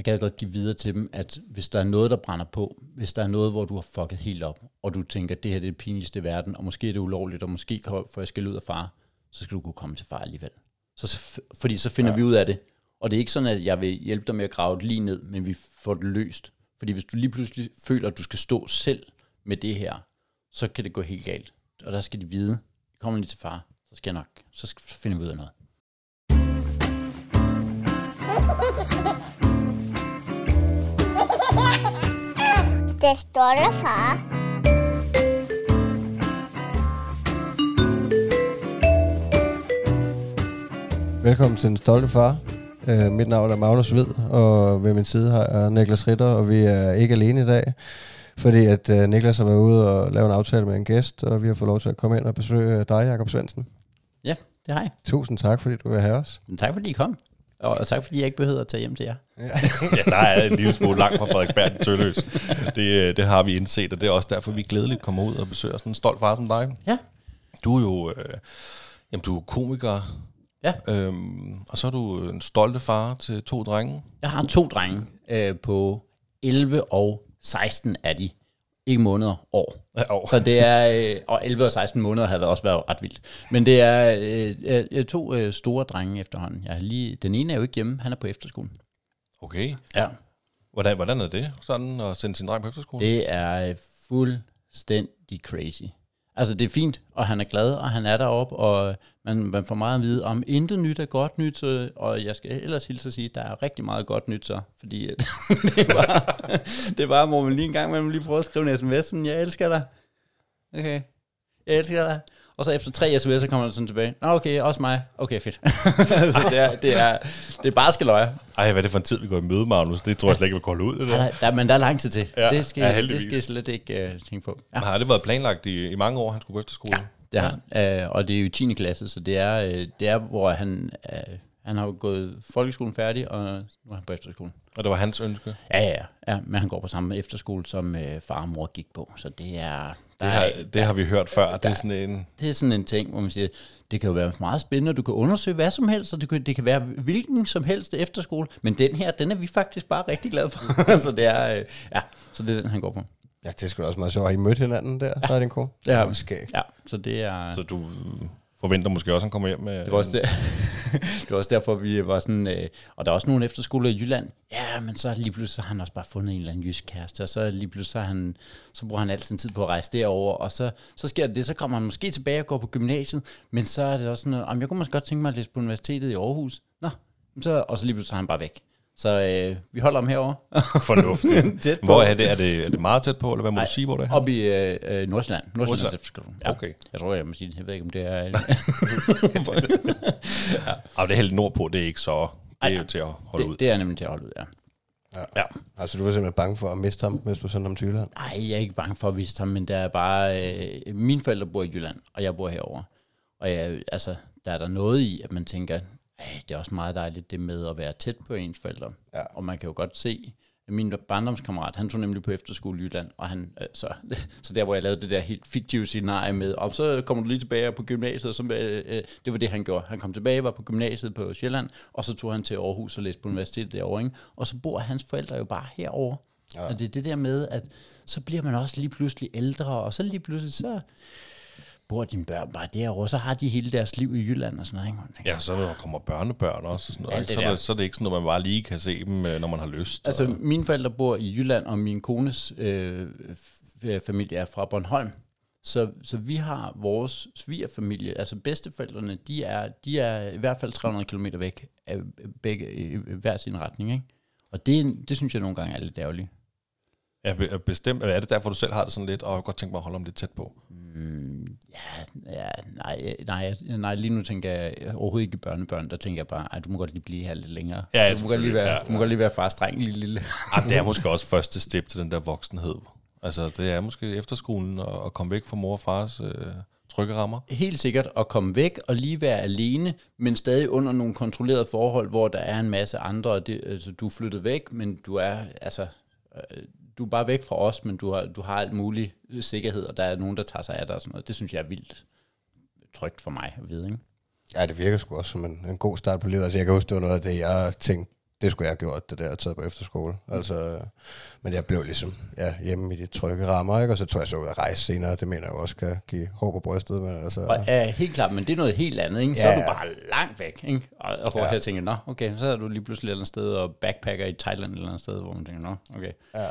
jeg gad godt give videre til dem, at hvis der er noget, der brænder på, hvis der er noget, hvor du har fucket helt op, og du tænker, det her det er det pinligste i verden, og måske er det ulovligt, og måske får jeg skæld ud af far, så skal du kunne komme til far alligevel. Fordi så finder vi ud af det. Og det er ikke sådan, at jeg vil hjælpe dig med at grave det lige ned, men vi får det løst. Fordi hvis du lige pludselig føler, at du skal stå selv med det her, så kan det gå helt galt. Og der skal de vide, vi kommer lige til far, så finder vi ud af noget. Det stolte far. Velkommen til Den Stolte Far. Mit navn er Magnus Hvid, og ved min side har jeg Niklas Ritter, og vi er ikke alene i dag, fordi at Niklas har været ude og lave en aftale med en gæst, og vi har fået lov til at komme ind og besøge dig, Jakob Svendsen. Ja, det har jeg. Tusind tak, fordi du vil have os. Men tak fordi I kom, og tak fordi jeg ikke behøver at tage hjem til jer. Ja, der er en lille smule langt fra Frederiksberg til Tølløs. Det har vi indset, og det er også derfor, vi glædeligt kommer ud og besøger sådan en stolt far som dig. Ja. Du er jo du er komiker. Ja. Og så er du en stolte far til 2 drenge. Jeg har 2 drenge på 11 og 16 er de. Ikke måneder, år. Ja, Så det er, og 11 og 16 måneder havde det også været ret vildt. Men det er 2 store drenge efterhånden. Den ene er jo ikke hjemme, han er på efterskolen. Okay. Ja. Hvordan er det sådan at sende sin dreng på efterskole? Det er fuldstændig crazy. Altså det er fint, og han er glad, og han er deroppe, og man får meget at vide om intet nyt er godt nyt, og jeg skal ellers hilse at sige, at der er rigtig meget godt nyt så, fordi det er bare, hvor man lige en gang man lige prøver at skrive en sms, sådan, jeg elsker dig. Okay, jeg elsker dig. Og så efter 3 sms'er kommer der sådan tilbage. Nå okay, også mig. Okay, fedt. Så det er bare skaløjer. Ej, hvad er det for en tid, vi går i møde, Magnus? Det tror jeg slet ikke, vi kan holde ud. Det der. Men der er lang tid til. Ja, det skal jeg slet ikke tænke på. Ja. Men har det været planlagt i mange år, han skulle gå efter skole? Ja, det har han. Og det er jo 10. klasse, så det er hvor han har jo gået folkeskolen færdig, og nu er han på efterskolen. Og det var hans ønske? Ja, men han går på samme efterskole, som far og mor gik på, så det er... Det har vi hørt før, det er sådan en ting, hvor man siger, det kan jo være meget spændende, du kan undersøge hvad som helst, og det kan være hvilken som helst efterskole, men den her, den er vi faktisk bare rigtig glade for, så det er, så det er den, han går på. Ja, det er sgu også meget sjovt. Har I mødt hinanden der? Der er din kone? Ja, så det er... Så du forventer måske også, at han kommer hjem med... Det var også derfor, vi var sådan... og der er også nogle efterskoler i Jylland. Ja, men så lige pludselig har han også bare fundet en eller anden jysk kæreste, og så lige pludselig så bruger han al sin tid på at rejse derover, og så sker det, så kommer han måske tilbage og går på gymnasiet, men så er det også sådan, jeg kunne måske godt tænke mig at læse på universitetet i Aarhus. Og så lige pludselig er han bare væk. Så vi holder ham herovre. Fornuftigt. Hvor er det? Er det meget tæt på, eller hvad må du sige, hvor det er? Oppe i Nordsjælland. Nordsjælland. Ja. Okay. Jeg tror, jeg må sige det. Jeg ved ikke, om det er... Det er helt nordpå, det er ikke så... Det er jo til at holde ud. Det er nemlig til at holde ud, ja. Altså, du var simpelthen bange for at miste ham, hvis du sendte ham til Jylland? Nej, jeg er ikke bange for at miste ham, men der er bare... mine forældre bor i Jylland, og jeg bor herovre. Og der er der noget i, at man tænker... det er også meget dejligt det med at være tæt på ens forældre. Ja. Og man kan jo godt se, at min barndomskammerat, han tog nemlig på efterskole i Jylland, og han, så der, hvor jeg lavede det der helt fiktive scenarie med, og så kommer du lige tilbage på gymnasiet, og så, det var det, han gjorde. Han kom tilbage, var på gymnasiet på Sjælland, og så tog han til Aarhus og læste på universitetet derovre, ikke? Og så bor hans forældre jo bare herovre. Ja. Og det er det der med, at så bliver man også lige pludselig ældre, og så lige pludselig så... bor dine børn bare derovre, så har de hele deres liv i Jylland og sådan noget, ikke? Ja, så der kommer børnebørn også og sådan noget. Så er det ikke sådan noget, man bare lige kan se dem, når man har lyst. Altså, mine forældre bor i Jylland, og min kones familie er fra Bornholm. Så vi har vores svigerfamilie, altså bedsteforældrene, de er i hvert fald 300 kilometer væk af begge i hver sin retning, ikke? Og det synes jeg nogle gange er lidt ærgerligt. Ja, bestemt. Er det derfor, du selv har det sådan lidt, og jeg godt tænke mig at holde om lidt tæt på? Nej, lige nu tænker jeg overhovedet ikke børnebørn, der tænker jeg bare, du må godt lige blive her lidt længere. Ja, du må godt lige være far streng lille. Det er måske også første step til den der voksenhed. Altså, det er måske efterskolen at komme væk fra mor og fars trygge rammer. Helt sikkert at komme væk og lige være alene, men stadig under nogle kontrollerede forhold, hvor der er en masse andre. Altså, du er flyttet væk, men du er du er bare væk fra os, men du har alt muligt sikkerhed, og der er nogen, der tager sig af dig og sådan noget. Det synes jeg er vildt trygt for mig at vide, ikke? Ja, det virker sgu også som en god start på livet. Altså, jeg kan huske, det var noget af det, jeg tænkte, det skulle jeg have gjort, det der, taget på efterskole. Altså, men jeg blev ligesom hjemme i de trygge rammer, ikke? Og så tror jeg så ud at rejse senere. Det mener jeg jo også kan give håb og brystet. Men altså, helt klart, men det er noget helt andet, ikke? Så er du bare langt væk, ikke? Og hvor jeg tænker, nå, okay, så er du lige pludselig et eller andet sted og backpacker i Thailand eller andet sted, hvor man tænker, nå, okay. Ja.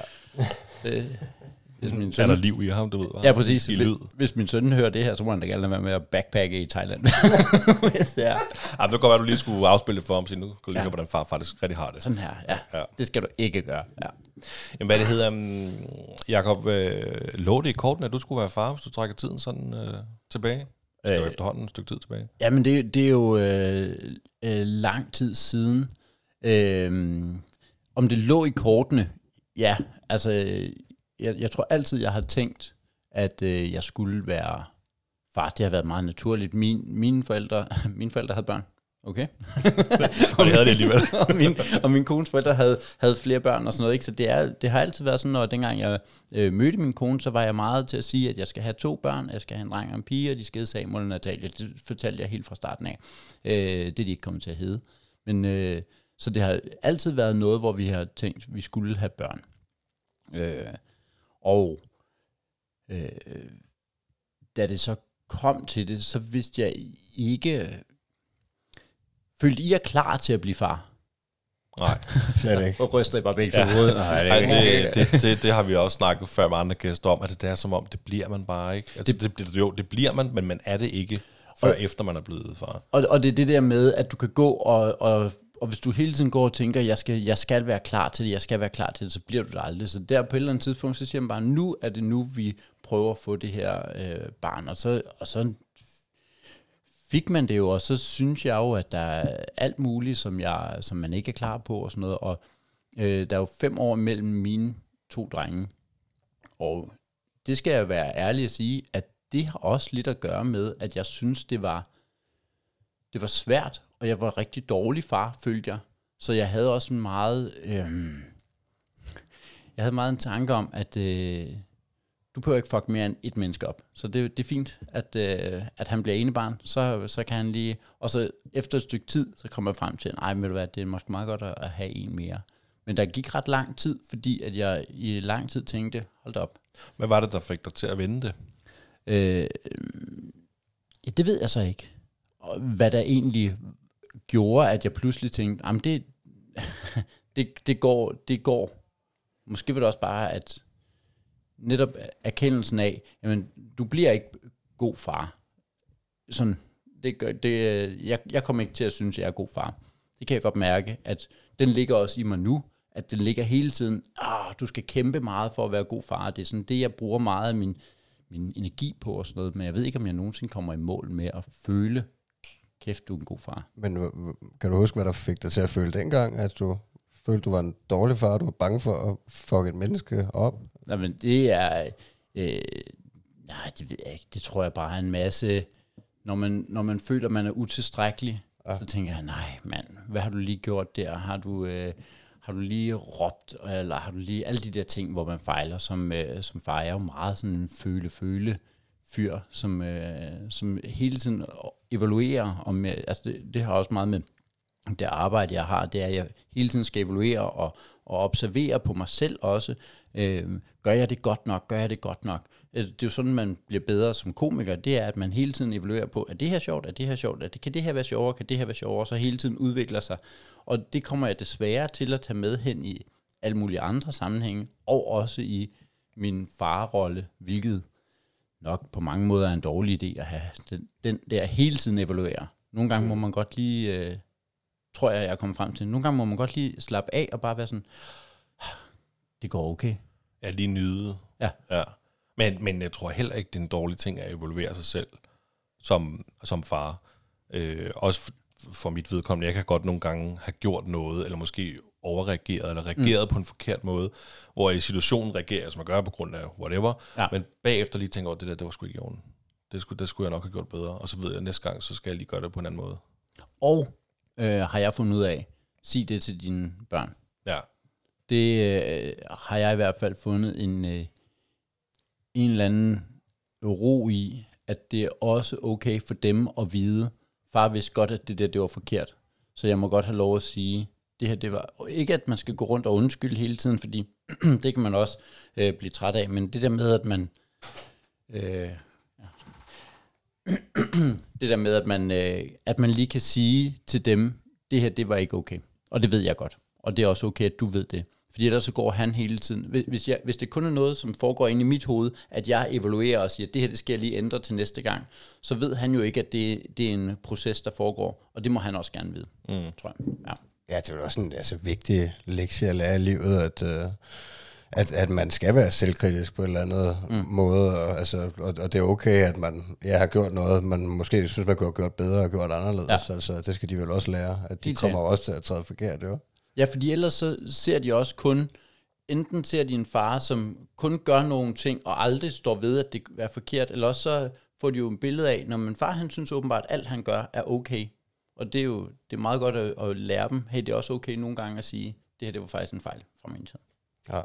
Min søn, er der liv i ham, du ved? Ja, præcis. Hvis min søn hører det her, så må han da gerne være med at backpacke i Thailand. Yes, ja. Det kan godt være, du lige skulle afspille det for ham, så nu kan du lige høre, hvordan far faktisk rigtig har det. Sådan her, ja. Det skal du ikke gøre. Ja. Jamen, hvad det hedder, Jakob, lå det i korten, at du skulle være far, hvis du trækker tiden sådan tilbage? Skal jo efterhånden et stykke tid tilbage. Jamen, det er jo lang tid siden. Om det lå i kortene, ja, altså... Jeg tror altid, jeg har tænkt, at jeg skulle være far. Det har været meget naturligt. Mine forældre havde børn. Okay. Og det havde de alligevel. og min kones forældre havde flere børn og sådan noget. Ikke? Så det har altid været sådan, og dengang jeg mødte min kone, så var jeg meget til at sige, at jeg skal have 2 børn. Jeg skal have en dreng og en pige, og de skal hedde Samuel og Natalia. Det fortalte jeg helt fra starten af. Det er de ikke kommet til at hedde. Men, så det har altid været noget, hvor vi har tænkt, at vi skulle have børn. Og da det så kom til det, så vidste jeg ikke... Følte I jer klar til at blive far? Nej, slet ikke. Og ryster I bare begge til hovedet? Det har vi også snakket før med andre gæster om, at det er som om, det bliver man bare ikke. Altså, det bliver man, men man er det ikke, før efter man er blevet far. Og det er det der med, at du kan gå og hvis du hele tiden går og tænker, jeg skal være klar til det, så bliver du det aldrig. Så der på et eller andet tidspunkt, så siger man bare, nu er det nu, vi prøver at få det her barn. Og så fik man det jo, og så synes jeg jo, at der er alt muligt, som man ikke er klar på og sådan noget. Og der er jo 5 år mellem mine 2 drenge. Og det skal jeg være ærlig at sige, at det har også lidt at gøre med, at jeg synes, det var svært, og jeg var rigtig dårlig far, følte jeg. Så jeg havde også jeg havde meget en tanke om, at du behøver ikke fuck mere end 1 menneske op. Så det er fint, at han bliver enebarn, så kan han lige... Og så efter et stykke tid, så kommer jeg frem til, nej, ved du hvad, det er måske meget godt at have en mere. Men der gik ret lang tid, fordi at jeg i lang tid tænkte, hold da op. Hvad var det, der fik dig til at vende det? Det ved jeg så ikke. Og hvad der egentlig gjorde, at jeg pludselig tænkte, jamen det går. Måske var det også bare, at netop erkendelsen af, jamen du bliver ikke god far. Sådan, jeg kommer ikke til at synes, at jeg er god far. Det kan jeg godt mærke, at den ligger også i mig nu, at den ligger hele tiden, du skal kæmpe meget for at være god far. Det er sådan det, jeg bruger meget af min energi på og sådan noget, men jeg ved ikke, om jeg nogensinde kommer i mål med at føle, kæft, du er en god far. Men kan du huske, hvad der fik dig til at føle dengang, at du følte, du var en dårlig far, du var bange for at fuck et menneske op? Nej, men det er... nej, det ved jeg ikke. Det tror jeg bare er en masse... Når man føler, man er utilstrækkelig, så tænker jeg, nej mand, hvad har du lige gjort der? Har du lige råbt, eller har du lige... Alle de der ting, hvor man fejler som far, er jo meget sådan en føle-fyr, som hele tiden evaluerer. Altså det har også meget med det arbejde, jeg har, det er, at jeg hele tiden skal evaluere og observere på mig selv også. Gør jeg det godt nok? Det er jo sådan, man bliver bedre som komiker, det er, at man hele tiden evaluerer på, er det her sjovt? Kan det her være sjovere? Så hele tiden udvikler sig. Og det kommer jeg desværre til at tage med hen i alle mulige andre sammenhænge, og også i min farrolle, hvilket nok på mange måder er en dårlig idé at have den der hele tiden evaluere. Nogle gange må man godt lige... tror jeg er kommet frem til. Nogle gange må man godt lige slappe af og bare være sådan, det går okay. Ja, lige nyde. Ja. Men jeg tror heller ikke, det er en dårlig ting at evaluere sig selv som far. Også for mit vedkommende. Jeg kan godt nogle gange have gjort noget, eller måske overreageret, eller reageret på en forkert måde, hvor i situationen reagerer, som jeg gør på grund af whatever, men bagefter lige tænker over, det var sgu ikke i orden. Det skulle jeg nok have gjort bedre, og så ved jeg, at næste gang, så skal jeg lige gøre det på en anden måde. Og har jeg fundet ud af, sig det til dine børn. Ja. Det har jeg i hvert fald fundet en eller anden ro i, at det er også okay for dem at vide, far vidste godt, at det var forkert, så jeg må godt have lov at sige, det her, det var ikke, at man skal gå rundt og undskylde hele tiden, fordi det kan man også blive træt af, men det der med, at man det der med, at man lige kan sige til dem, det her, det var ikke okay. Og det ved jeg godt. Og det er også okay, at du ved det. Fordi ellers så går han hele tiden. Hvis det kun er noget, som foregår inde i mit hoved, at jeg evaluerer og siger, at det her, det skal jeg lige ændre til næste gang, så ved han jo ikke, at det er en proces, der foregår. Og det må han også gerne vide, tror jeg. Ja. Ja, det er jo også en vigtig lektie at lære i livet, at man skal være selvkritisk på en eller anden måde, og det er okay, at man har gjort noget, man måske synes, man kunne have gjort bedre og gjort anderledes. Ja. Altså, det skal de vel også lære, at de kommer også til at træde forkert, jo. Ja, fordi ellers så ser de også kun, enten ser de en far, som kun gør nogle ting, og aldrig står ved, at det er forkert, eller også så får de jo en billede af, når man far, han synes åbenbart, at alt han gør er okay. Og det er jo meget godt at lære dem, hey, det er også okay nogle gange at sige, det her, det var faktisk en fejl fra min side. Ja.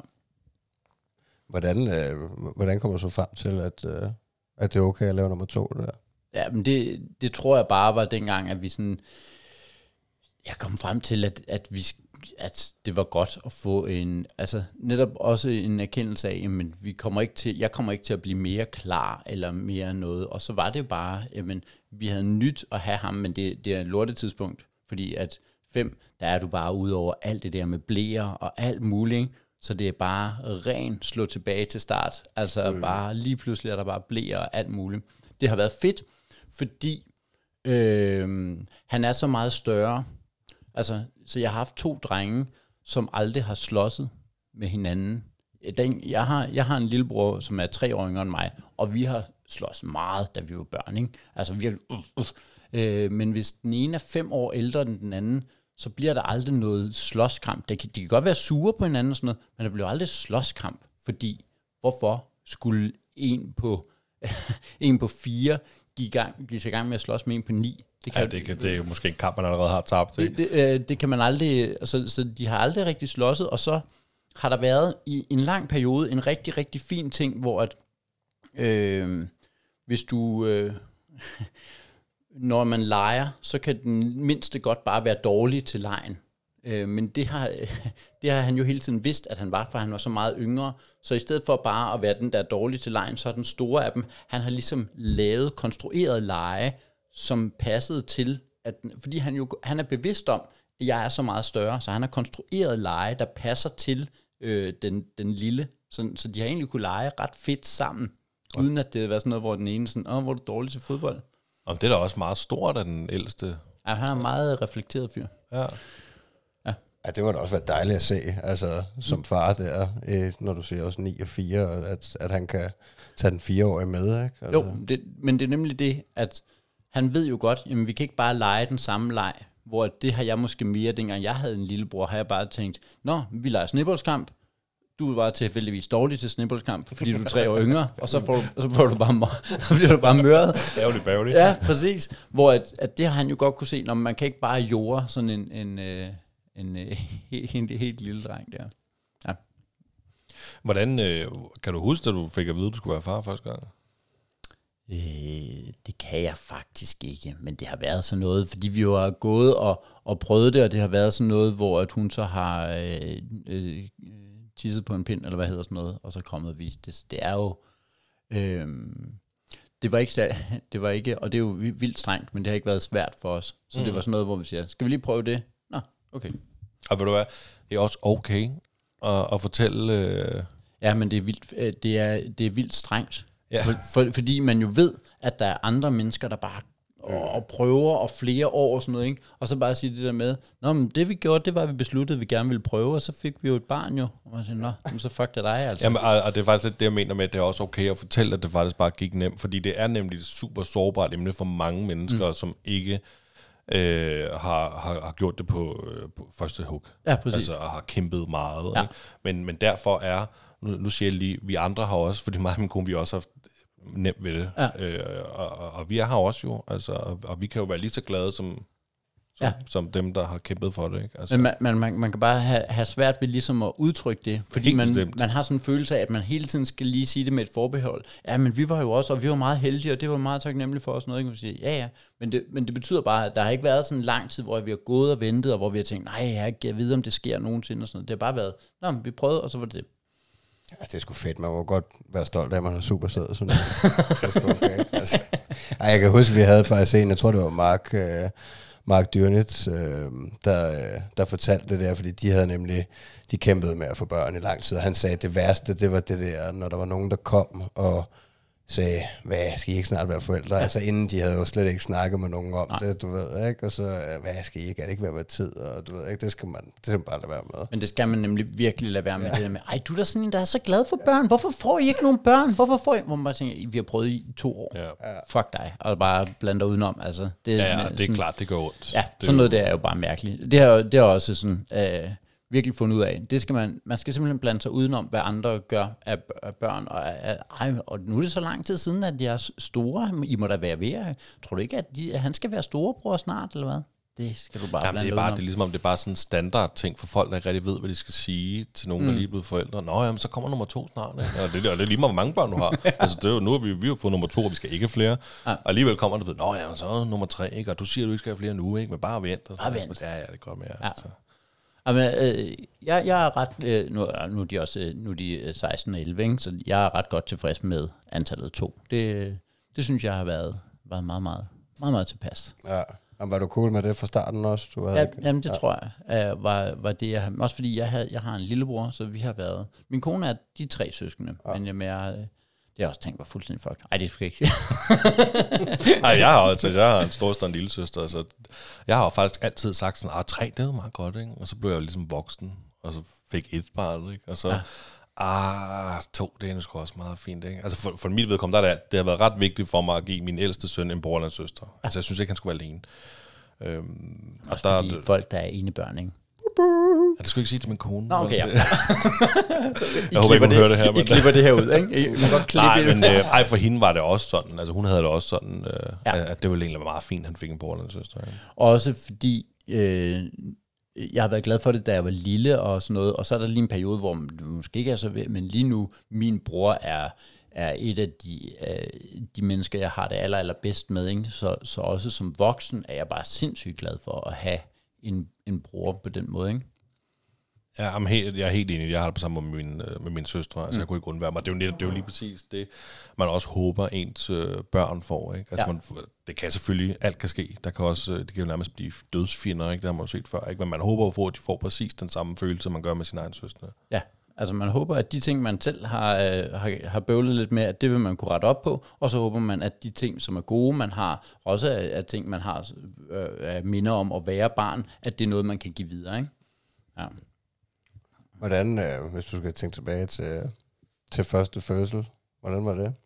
Hvordan kommer du så frem til, at det er okay at lave nummer 2 der? Ja, men det tror jeg bare var dengang, at vi sådan, jeg kom frem til, at det var godt at få netop også en erkendelse af, jamen, jeg kommer ikke til at blive mere klar, eller mere noget, og så var det bare, jamen, vi havde nyt at have ham, men det er et lortetidspunkt, fordi at 5, der er du bare ude over alt det der med blæer og alt muligt, så det er bare ren slå tilbage til start, altså bare lige pludselig er der bare blæer og alt muligt. Det har været fedt, fordi han er så meget større, altså, så jeg har haft 2 drenge, som aldrig har slåsset med hinanden. Jeg har en lillebror, som er 3 år yngre end mig, og vi har slås meget, da vi var børn, ikke? Altså virkelig. Men hvis den ene er 5 år ældre end den anden, så bliver der aldrig noget slåskamp. De kan godt være sure på hinanden og sådan noget, men der bliver aldrig slåskamp, fordi hvorfor skulle en på 4 give sig i gang med at slås med en på 9? Det er jo måske en kamp, man allerede har tabt. Det kan man aldrig, så de har aldrig rigtig slåsset, og så har der været i en lang periode en rigtig, rigtig fin ting, hvor at hvis du, når man leger, så kan den mindste godt bare være dårlig til legen. Men det har han jo hele tiden vidst, at han var, for han var så meget yngre. Så i stedet for bare at være den, der er dårlig til legen, så er den store af dem, han har ligesom lavet, konstrueret lege, som passede til, fordi han er bevidst om, at jeg er så meget større, så han har konstrueret lege, der passer til den lille, så de har egentlig kunne lege ret fedt sammen, uden at det var sådan noget, hvor den ene sådan, hvor er du dårlig til fodbold. Og det er da også meget stort af den ældste. Ja, han er en meget reflekteret fyr. Ja. Ja, det må da også være dejligt at se, altså som far der, når du siger også 9 og 4, at han kan tage den 4-årige med, ikke? Altså. Jo, men det er nemlig det, at han ved jo godt, jamen vi kan ikke bare lege den samme leg, hvor det har jeg måske mere, dengang jeg havde en lillebror, har jeg bare tænkt, nå, vi leger snibboldskamp, du var tilfældigvis dårlig til snibboldskamp, fordi du er 3 år yngre, og så får du bliver du bare møret. Bævlig. Ja, præcis. Hvor at det har han jo godt kunne se, når man kan ikke bare jorde sådan en helt lille dreng der. Ja. Hvordan, kan du huske, at du fik at vide, at du skulle være far første gang? Det kan jeg faktisk ikke, men det har været sådan noget, fordi vi jo har gået og prøvet det, og det har været sådan noget, hvor at hun så har tisset på en pind, eller hvad hedder sådan noget, og så kommet og vist det. Det er jo, det var ikke, og det er jo vildt strengt, men det har ikke været svært for os. Så det var sådan noget, hvor vi siger, skal vi lige prøve det? Nå, okay. Og ved du hvad, det er også okay at fortælle... Ja, men det er vildt, det er vildt strengt. Ja. Fordi man jo ved, at der er andre mennesker, der bare og prøver og flere år og sådan noget, ikke? Og så bare sige det der med, nå, men det vi gjorde, det var, at vi besluttede, at vi gerne ville prøve, og så fik vi jo et barn jo. Og man siger, nå, så fuck det dig, altså. Jamen, og det er faktisk lidt det, jeg mener med, at det er også okay at fortælle, at det faktisk bare gik nemt, fordi det er nemlig et super sårbart emne for mange mennesker, som ikke har gjort det på første hug. Ja, præcis. Altså, og har kæmpet meget. Ja. Men derfor er, nu siger jeg lige, vi andre har også, fordi mig og min kone, vi også har nemt ved det. Ja. Og vi er her også jo, altså, og vi kan jo være lige så glade, som som dem, der har kæmpet for det. Ikke? Altså. Men man kan bare have svært ved ligesom at udtrykke det, fordi man har sådan en følelse af, at man hele tiden skal lige sige det med et forbehold. Ja, men vi var jo også, og vi var meget heldige, og det var meget taknemmeligt for os. Noget, ikke? Sige, ja, men det betyder bare, at der har ikke været sådan en lang tid, hvor vi har gået og ventet, og hvor vi har tænkt, nej, jeg kan vide, om det sker nogensinde. Og sådan noget. Det har bare været, vi prøvede, og så var det. Ja, det er sgu fedt. Man må godt være stolt af, at man er super sød. Sådan det er sgu okay. Altså, jeg kan huske, vi havde faktisk en, jeg tror det var Mark Dyrnitz, der fortalte det der, fordi de kæmpede med at få børn i lang tid, og han sagde, at det værste, det var det der, når der var nogen, der kom og sagde, hvad, skal I ikke snart være forældre? Ja. Altså inden de havde jo slet ikke snakket med nogen om det, du ved, ikke? Og så, hvad, skal I ikke? Er det ikke ved at være tid? Og du ved ikke, det skal man bare lade være med. Men det skal man nemlig virkelig lade være med, det der med, du er da sådan en, der er så glad for børn. Hvorfor får I ikke nogen børn? Hvorfor får I? Hvor man bare tænker, vi har prøvet i 2 år. Ja. Fuck dig. Og bare blander udenom, altså. Det er klart, det går ondt. Ja, sådan noget, det er jo bare mærkeligt. Det er også sådan... virkelig fundet ud af. Det skal man skal simpelthen blande sig udenom, hvad andre gør af børn. Og nu er det så lang tid siden, at de er store. I må da være ved. Tror du ikke, at han skal være storebror snart, eller hvad? Det skal du bare blande udenom. Det er ligesom om, det er bare sådan en standard ting for folk, der ikke rigtig ved, hvad de skal sige til nogen, der lige er blevet forældre. Nå, jamen, så kommer nummer 2 snart. Ikke? Og det er lige meget, hvor mange børn du har. Altså, det er jo, nu har vi har fået nummer 2, og vi skal ikke have flere. Og alligevel kommer der, nå ja, så er nummer 3, ikke? Og du siger, at du ikke skal have flere nu, ikke? Men bare vent. Bare vent. Ja, det går med. Ja. Altså. Jeg er ret, nu er de 16 og 11, ikke? Så jeg er ret godt tilfreds med antallet 2. Det synes jeg har været meget, meget, meget, meget tilpas. Ja, og var du cool med det fra starten også? Du havde jamen det tror jeg, var det jeg også fordi jeg har en lillebror, så vi har været, min kone er de 3 søskende, men det har også tænkt var fuldstændig fucked. Ej, det skal jeg ikke sige. Nej, jeg har en storesøster og en lille søster, så jeg har faktisk altid sagt sådan, 3, det er jo meget godt, ikke? Og så blev jeg ligesom voksen, og så fik 1 barn, ikke? Og så, 2, det er sgu også meget fint, ikke? Altså for mit vedkommende, det har været ret vigtigt for mig at give min ældste søn en bror eller en søster. Altså jeg synes ikke, han skulle være alene. Også og fordi folk, der er enebørn, ikke? Ja, det skulle jeg ikke sige til min kone. Nå, okay, ja. Jeg håber ikke, hun hører det her. I klipper det her ud, ikke? Man kan godt klippe nej, for hende var det også sådan. Altså hun havde det også sådan, at det ville egentlig være meget fint, at han fik en bror eller en søster. Ja. Også fordi jeg har været glad for det, da jeg var lille og sådan noget. Og så er der lige en periode, hvor det måske ikke er så ved, men lige nu, min bror er et af de mennesker, jeg har det allerbedst med. Ikke? Så også som voksen er jeg bare sindssygt glad for at have en bror på den måde, ikke? Ja, jeg er helt enig. Jeg har det på samme måde med min søstre. Altså, jeg kunne ikke undvære mig. Det er jo lige præcis det, man også håber, ens børn får. Ikke? Altså, det kan selvfølgelig, alt kan ske. Det kan jo nærmest blive dødsfjender, ikke? Det har man jo set før. Ikke? Men man håber på, at de får præcis den samme følelse, man gør med sin egen søstre. Ja. Altså man håber, at de ting, man selv har bøvlet lidt med, at det vil man kunne rette op på, og så håber man, at de ting, som er gode, man har, også er ting, man har minder om at være barn, at det er noget, man kan give videre, ikke? Ja. Hvordan, hvis du skal tænke tilbage til første fødsel, hvordan var det?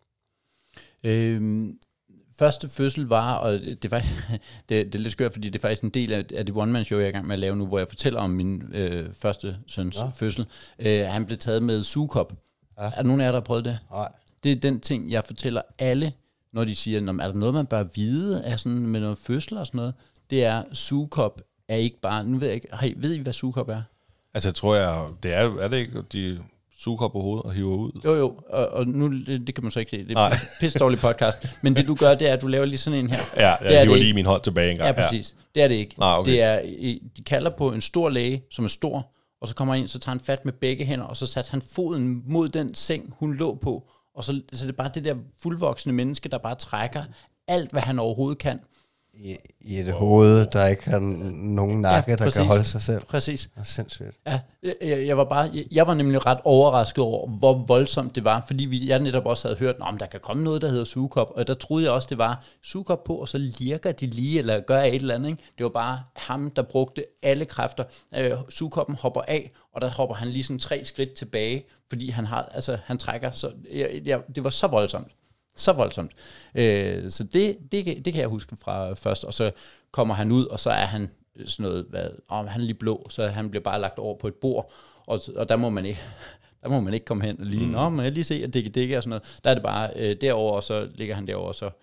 Første fødsel var, og det er lidt skørt, fordi det er faktisk en del af det one-man-show, jeg er i gang med at lave nu, hvor jeg fortæller om min første søns fødsel. Han blev taget med sugekop. Ja. Er nogen af jer, der har prøvet det? Nej. Det er den ting, jeg fortæller alle, når de siger, er der noget, man bør vide af sådan med noget fødsel og sådan noget? Det er, sugekop er ikke bare, nu ved jeg ikke, ved I, hvad sugekop er? Altså, jeg tror, det er det ikke, de sugekop på hovedet og hiver ud? Jo, og nu, det kan man så ikke se. Det er en pisse dårlig podcast. Men det du gør, det er, at du laver lige sådan en her. Ja, jeg hiver lige min hånd tilbage en gang. Ja, præcis. Det er det ikke. Okay. Det er, de kalder på en stor læge, som er stor, og så kommer han ind, så tager han fat med begge hænder, og så satte han foden mod den seng, hun lå på. Og så det er bare det der fuldvoksne menneske, der bare trækker alt, hvad han overhovedet kan. I et hoved, der ikke har nogen nakke, der kan holde sig selv. Præcis. Det er sindssygt. Ja, jeg var nemlig ret overrasket over, hvor voldsomt det var, fordi jeg netop også havde hørt, om der kan komme noget, der hedder sugekop, og der troede jeg også, det var sugekop på, og så lirker de lige, eller gør et eller andet. Ikke? Det var bare ham, der brugte alle kræfter. Sugekoppen hopper af, og der hopper han lige sådan 3 skridt tilbage, fordi han trækker, så det var så voldsomt. Så voldsomt. Så det kan jeg huske fra først. Og så kommer han ud, og så er han sådan noget, han er lige blå, så han bliver bare lagt over på et bord, og der må man ikke komme hen og lige, må jeg lige se, at det og sådan noget. Der er det bare derover, og så ligger han derover, og så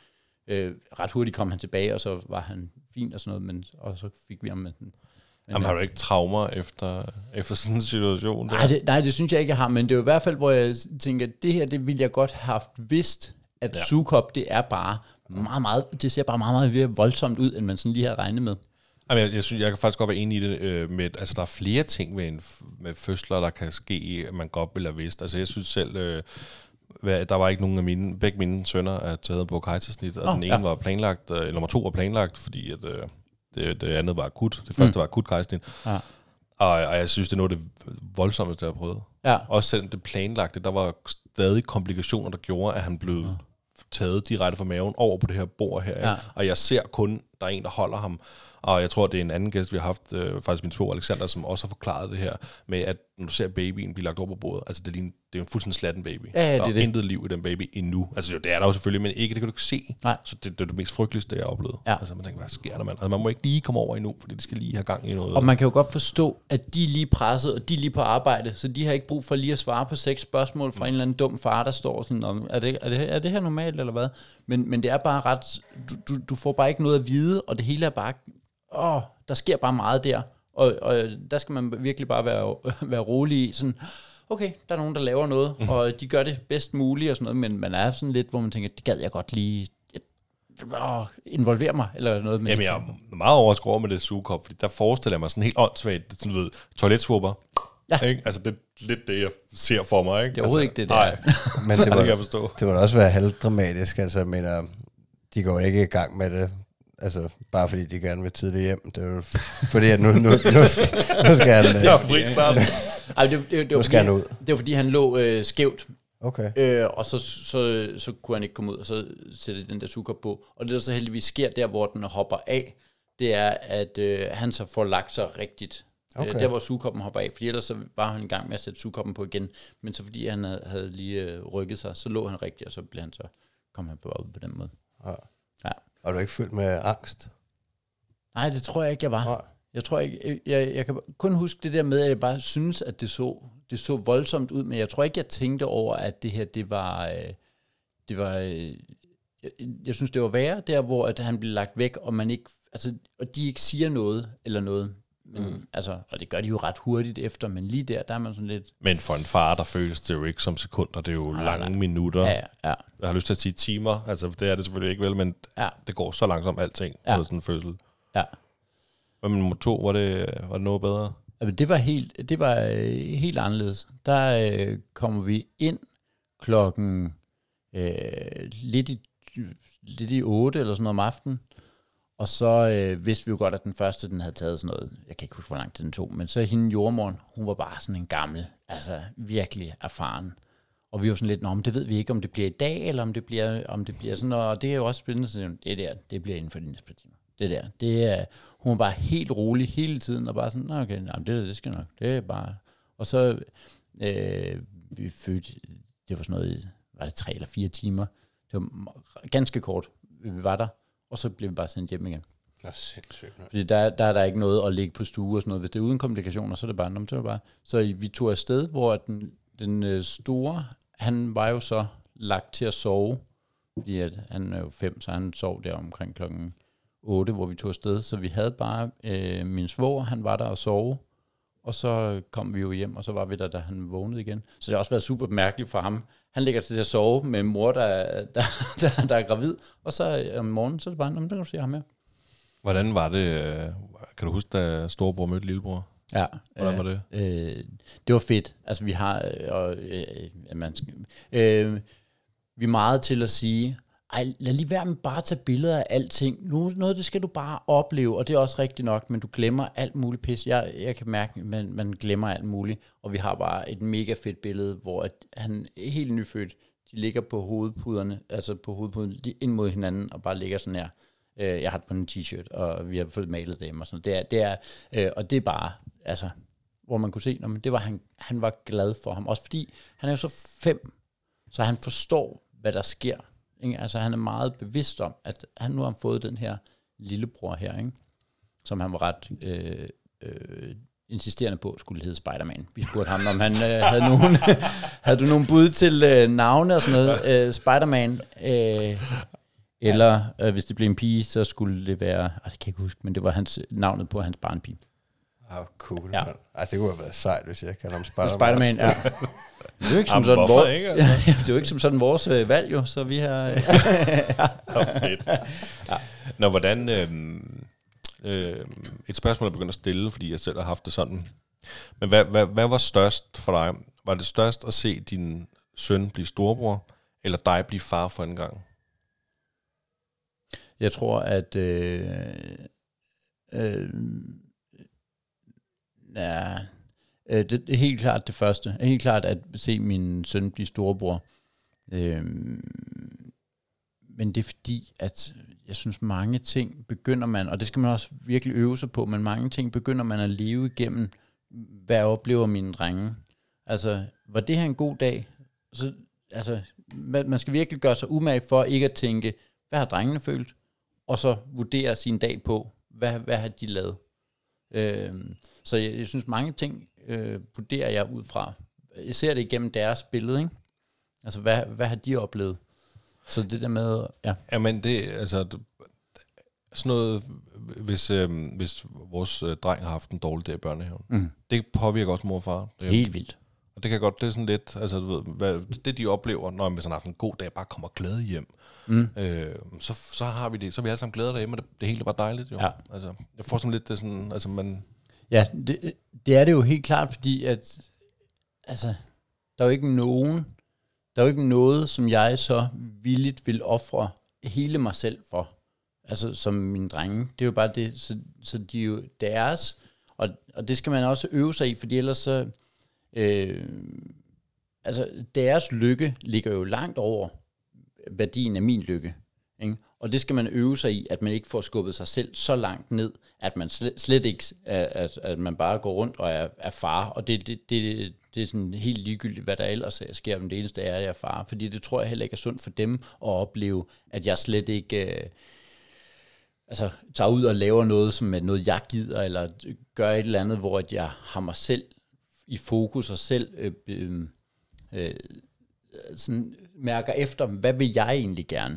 Ret hurtigt kom han tilbage, og så var han fin og sådan noget, men og så fik vi ham med den. Jamen, har du ikke traumer efter sådan en situation? Nej, det synes jeg ikke, jeg har, men det er jo i hvert fald, hvor jeg tænker, at det her, det ville jeg godt have haft vidst, at sugekop, det er bare meget, det ser bare meget mere voldsomt ud, end man sådan lige har regnet med. Jamen, jeg synes, jeg kan faktisk godt være enig i det med, altså der er flere ting med fødsler, der kan ske, man godt vil have vidst. Altså jeg synes selv, der var ikke nogen af begge mine sønner er taget på kejsersnit, og den ene var planlagt, nummer 2 var planlagt, fordi at det andet var akut. Det første var akut kejsersnit. Ja. Og jeg synes, det er noget af det voldsomste, jeg har prøvet. Ja. Også selvom det planlagte, der var stadig komplikationer, der gjorde, at han blev taget direkte fra maven over på det her bord her. Ja. Og jeg ser kun, der er en, der holder ham. Og jeg tror, det er en anden gæst, vi har haft, faktisk min svor Alexander, som også har forklaret det her, med at når du ser babyen blive lagt over på bordet, altså det er jo en fuldstændig slatten baby. Ja, der er intet liv i den baby endnu. Altså det er der jo selvfølgelig, men ikke, det kan du ikke se. Nej. Så det er det mest frygteligste, jeg har oplevet. Ja. Altså man tænker, hvad sker der, mand? Altså man må ikke lige komme over endnu, fordi de skal lige have gang i noget. Og man kan jo godt forstå, at de er lige presset, og de er lige på arbejde, så de har ikke brug for lige at svare på 6 spørgsmål fra en eller anden dum far, der står sådan, er det her normalt, eller hvad? Men det er bare ret, du får bare ikke noget at vide, og det hele er bare, der sker bare meget der, og der skal man virkelig bare være rolig i, sådan, okay, der er nogen, der laver noget, og de gør det bedst muligt og sådan noget, men man er sådan lidt, hvor man tænker, det gad jeg godt lige involvere mig, eller noget med. Jamen, jeg er meget overrasket over med det sugekop, fordi der forestiller jeg mig sådan helt åndssvagt, sådan du ved, toiletsvupper. Ja. Ikke? Altså, det er lidt det, jeg ser for mig, ikke? Det er overhovedet ikke det der. Nej, men det kan jeg forstå. Det må også være halvdramatisk, altså, jeg mener, de går ikke i gang med det, altså, bare fordi de gerne vil tidligt hjem. Det er jo fordi, at nu skal han... Ja, fri start. Nu skal han ud. Det var fordi, han lå skævt. Okay. Og så kunne han ikke komme ud, og så sætte den der sugekop på. Og det, der så heldigvis sker der, hvor den hopper af, det er, at han så får lagt sig rigtigt. Okay. Der, hvor sugekoppen hopper af. Fordi ellers så var han i gang med at sætte sugekoppen på igen. Men så fordi han havde lige rykket sig, så lå han rigtigt, og så kom han bare ud på den måde. Ja. Og du ikke fyldt med angst? Nej, det tror jeg ikke, jeg var. Nej. Jeg tror ikke, jeg kan kun huske det der med, at jeg bare synes, at det så voldsomt ud, men jeg tror ikke, jeg tænkte over, at det her, det var jeg synes, det var værre der, hvor at han blev lagt væk, og man ikke, altså, og de ikke siger noget, eller noget. Men, altså, og det gør de jo ret hurtigt efter, men lige der er man sådan lidt... Men for en far, der føles det jo ikke som sekunder, det er jo lange minutter. Ja. Jeg har lyst til at sige timer, altså det er det selvfølgelig ikke vel, men det går så langsomt alting på sådan en fødsel. Ja. Men nummer 2, var det noget bedre? Altså, det var helt anderledes. Der kommer vi ind klokken lidt i 8 eller sådan noget om aftenen. Og så vidste vi jo godt, at den første, den havde taget sådan noget, jeg kan ikke huske, hvor langt den tog, men så hende jordmoren, hun var bare sådan en gammel, altså virkelig erfaren. Og vi var sådan lidt, men det ved vi ikke, om det bliver i dag, eller om det bliver sådan, og det er jo også spændende, så det bliver inden for de næste par timer. Hun var bare helt rolig hele tiden, og bare sådan, okay, det skal nok, det er bare, og så vi fødte, det var sådan noget, var det 3 eller 4 timer, det var ganske kort, vi var der, og så blev vi bare sendt hjem igen. Det er sindssygt. Fordi der er der ikke noget at ligge på stue og sådan noget. Hvis det er uden komplikationer, så er det bare, Så vi tog afsted, hvor den store, han var jo så lagt til at sove, fordi at han er jo 5, så han sov der omkring klokken 8, hvor vi tog afsted. Så vi havde bare min svoger, han var der og sove, og så kom vi jo hjem, og så var vi der, da han vågnede igen. Så det har også været super mærkeligt for ham. Han ligger til at sove med en mor, der er gravid, og så om morgenen, så er det bare, der kan du se ham her. Hvordan var det, kan du huske, da storebror mødte lillebror? Ja. Hvordan var det? Det var fedt. Altså vi har, vi er meget til at sige, lad lige være med bare at tage billeder af alting. Noget, det skal du bare opleve, og det er også rigtigt nok, men du glemmer alt muligt pis. Jeg kan mærke, at man glemmer alt muligt, og vi har bare et mega fedt billede, hvor at han er helt nyfødt, de ligger på hovedpuderne, altså på hovedpuden ind mod hinanden, og bare ligger sådan her. Jeg har det på en t-shirt, og vi har fået malet dem og sådan. Og det er bare, altså, hvor man kunne se, det var han var glad for ham. Også fordi, han er jo så 5, så han forstår, hvad der sker. Ikke? Altså, han er meget bevidst om, at han nu har fået den her lillebror her, ikke? Som han var ret insisterende på, skulle hedde Spider-Man. Vi spurgte ham, om han havde du nogen bud til navne og sådan noget. Spider-Man... Eller hvis det blev en pige, så skulle det være, det kan jeg ikke huske, men det var navnet på hans barnpige. Cool. Ja. Det kunne have været sejt, hvis jeg kalder ham Spider-Man. Spider-Man, ja. Det er jo ikke som sådan det er jo ikke som sådan vores valg, jo, så vi har... Fedt. Ja. Nå, hvordan... et spørgsmål, jeg begynder at stille, fordi jeg selv har haft det sådan. Men hvad var størst for dig? Var det størst at se din søn blive storebror, eller dig blive far for en gang? Jeg tror, at... det er helt klart det første. Helt klart at se min søn blive storebror. Men det er fordi, at jeg synes, mange ting begynder man, og det skal man også virkelig øve sig på, men mange ting begynder man at leve igennem, hvad oplever mine drenge. Altså, var det her en god dag? Så, altså, man skal virkelig gøre sig umage for ikke at tænke, hvad har drengene følt? Og så vurdere sin dag på, hvad har de lavet? Så jeg synes, mange ting vurderer jeg ud fra. Jeg ser det igennem deres billede, ikke? Altså, hvad har de oplevet? Så det der med, ja. Jamen, det altså sådan noget, hvis vores dreng har haft en dårlig dag i børnehaven, det påvirker også mor og far. Helt vildt. Og det kan godt, det er sådan lidt, altså du ved, det de oplever, når hvis han har haft en god dag, bare kommer glade hjem, så har vi det, så er vi alle sammen glade derhjemme, og det hele er bare dejligt, jo. Ja. Altså, jeg får sådan lidt det sådan, altså man... Ja, det er det jo helt klart, fordi at, altså, der er jo ikke noget, som jeg så villigt vil ofre hele mig selv for, altså som mine drenge. Det er jo bare det, så de er jo deres, og det skal man også øve sig i, fordi ellers så, altså deres lykke ligger jo langt over værdien af min lykke, ikke? Og det skal man øve sig i, at man ikke får skubbet sig selv så langt ned, at man slet ikke, at man bare går rundt og er far, og det er sådan helt ligegyldigt, hvad der ellers sker, men det eneste er, at jeg er far, fordi det tror jeg heller ikke er sundt for dem at opleve, at jeg slet ikke tager ud og laver noget, som er noget, jeg gider, eller gør et eller andet, hvor jeg har mig selv i fokus, og selv sådan mærker efter, hvad vil jeg egentlig gerne?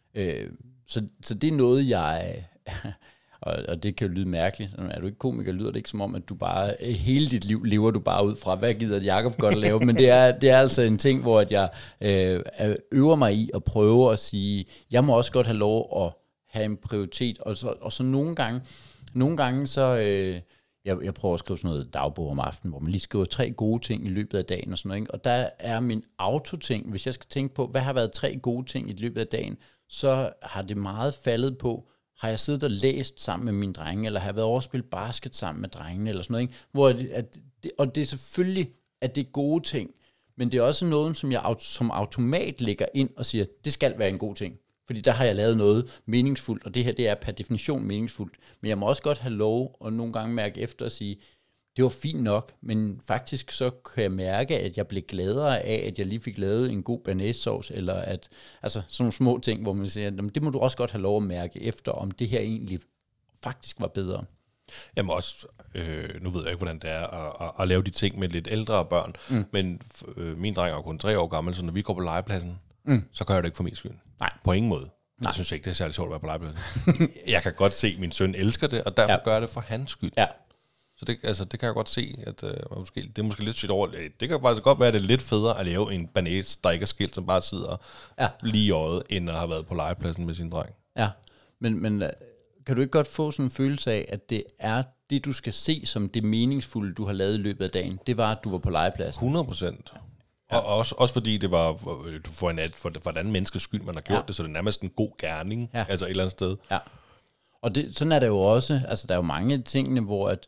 Så det er noget, jeg... og det kan jo lyde mærkeligt. Er du ikke komiker, lyder det ikke som om, at du bare hele dit liv lever du bare ud fra, hvad gider Jacob godt at lave? Men det er altså en ting, hvor at jeg øver mig i at prøve at sige, jeg må også godt have lov at have en prioritet. Og så nogle gange så... Jeg prøver at skrive sådan noget dagbog om aftenen, hvor man lige skriver 3 gode ting i løbet af dagen og sådan noget, ikke? Og der er min autoting, hvis jeg skal tænke på, hvad har været 3 gode ting i løbet af dagen, så har det meget faldet på, har jeg siddet og læst sammen med mine drenge, eller har jeg været over at spille basket sammen med drengene, eller sådan noget, ikke? Hvor og det er selvfølgelig, at det er gode ting, men det er også noget, som jeg som automat lægger ind og siger, det skal være en god ting. Fordi der har jeg lavet noget meningsfuldt, og det her, det er per definition meningsfuldt. Men jeg må også godt have lov at nogle gange mærke efter og sige, det var fint nok, men faktisk så kan jeg mærke, at jeg blev gladere af, at jeg lige fik lavet en god bearnaisesauce, eller at, altså sådan nogle små ting, hvor man siger, det må du også godt have lov at mærke efter, om det her egentlig faktisk var bedre. Jamen også, nu ved jeg ikke, hvordan det er at lave de ting med lidt ældre børn, men min dreng er kun 3 år gammel, så når vi går på legepladsen, så gør jeg det ikke for min skyld. Nej. På ingen måde. Nej. Jeg synes ikke, det er særlig sjovt at være på legepladsen. Jeg kan godt se, at min søn elsker det, og derfor gør jeg det for hans skyld. Ja. Så det kan jeg godt se, at det er måske lidt shit over. Det kan faktisk godt være, at det er lidt federe at lave en banæs, der ikke er skilt, som bare sidder lige i øjet, end at have været på legepladsen med sin dreng. Ja, men kan du ikke godt få sådan en følelse af, at det er det, du skal se som det meningsfulde, du har lavet i løbet af dagen? Det var, at du var på legepladsen. 100%. Ja. Og også fordi det var for hvordan menneskets skyld, man har gjort det, så det er nærmest en god gerning, altså et eller andet sted. Ja. Og sådan er det jo også, altså der er jo mange tingene, hvor at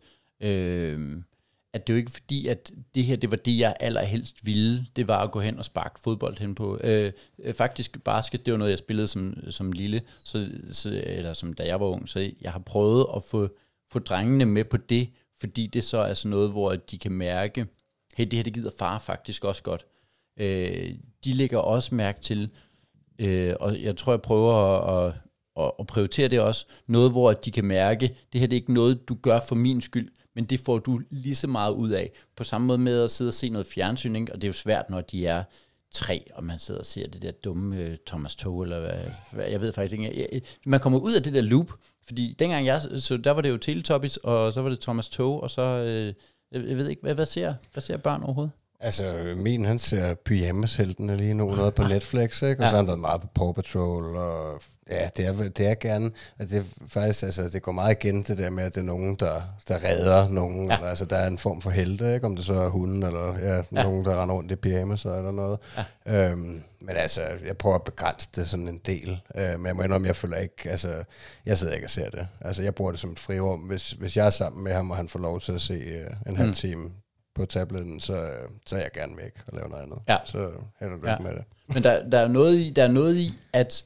det jo ikke fordi, at det her, det var det, jeg allerhelst ville, det var at gå hen og sparke fodbold hen på. Faktisk basket, det var noget, jeg spillede som lille, eller som da jeg var ung, så jeg har prøvet at få drengene med på det, fordi det så er sådan noget, hvor de kan mærke, hey, det her, det gider far faktisk også godt. De lægger også mærke til, og jeg tror, jeg prøver at prioritere det også, noget, hvor de kan mærke, det her det er ikke noget, du gør for min skyld, men det får du lige så meget ud af. På samme måde med at sidde og se noget fjernsyn, ikke? Og det er jo svært, når de er 3, og man sidder og ser det der dumme Thomas Tog, eller hvad, jeg ved faktisk ikke. Man kommer ud af det der loop, fordi dengang så der var det jo Teletubbies, og så var det Thomas Tog, og så, jeg ved ikke, hvad ser børn overhovedet? Altså, han ser Pyjamasheltene lige nu, noget på Netflix, ikke? Og så har han været meget på Paw Patrol, og ja, det er gerne, altså det er faktisk, altså det går meget igen det der med, at det er nogen, der redder nogen, altså der er en form for helte, ikke? Om det så er hunden, eller nogen, der render rundt i pyjamas, eller noget. Ja. Men altså, jeg prøver at begrænse det sådan en del, men jeg må indrømme, jeg føler ikke, altså, jeg sidder ikke og ser det. Altså, jeg bruger det som et frirum, hvis jeg er sammen med ham, og han får lov til at se en halv time på tabletten, så er jeg gerne væk og lave noget andet. Ja. Så hælder du ikke med det. Men der er noget i, at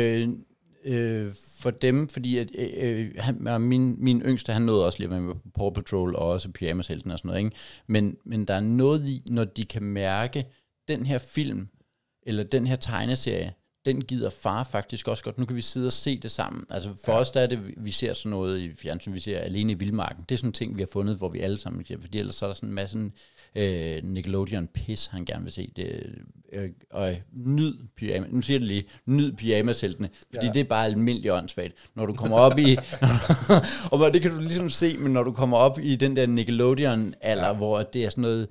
for dem, fordi at min yngste, han nåede også lige med Paw Patrol og også Pyjamashelten og sådan noget, ikke? Men der er noget i, når de kan mærke, den her film, eller den her tegneserie, den gider far faktisk også godt. Nu kan vi sidde og se det sammen. Altså for os, der er det, vi ser sådan noget i fjernsyn, vi ser Alene i Vildmarken. Det er sådan en ting, vi har fundet, hvor vi alle sammen ser, fordi ellers så er der sådan en masse Nickelodeon-pis, han gerne vil se. Det, og nyd pyjamas. Nu siger jeg det lige, nyd pyjamasheltene, fordi det er bare almindeligt åndssvagt. Når du kommer op i, og det kan du ligesom se, men når du kommer op i den der Nickelodeon-alder, hvor det er sådan noget,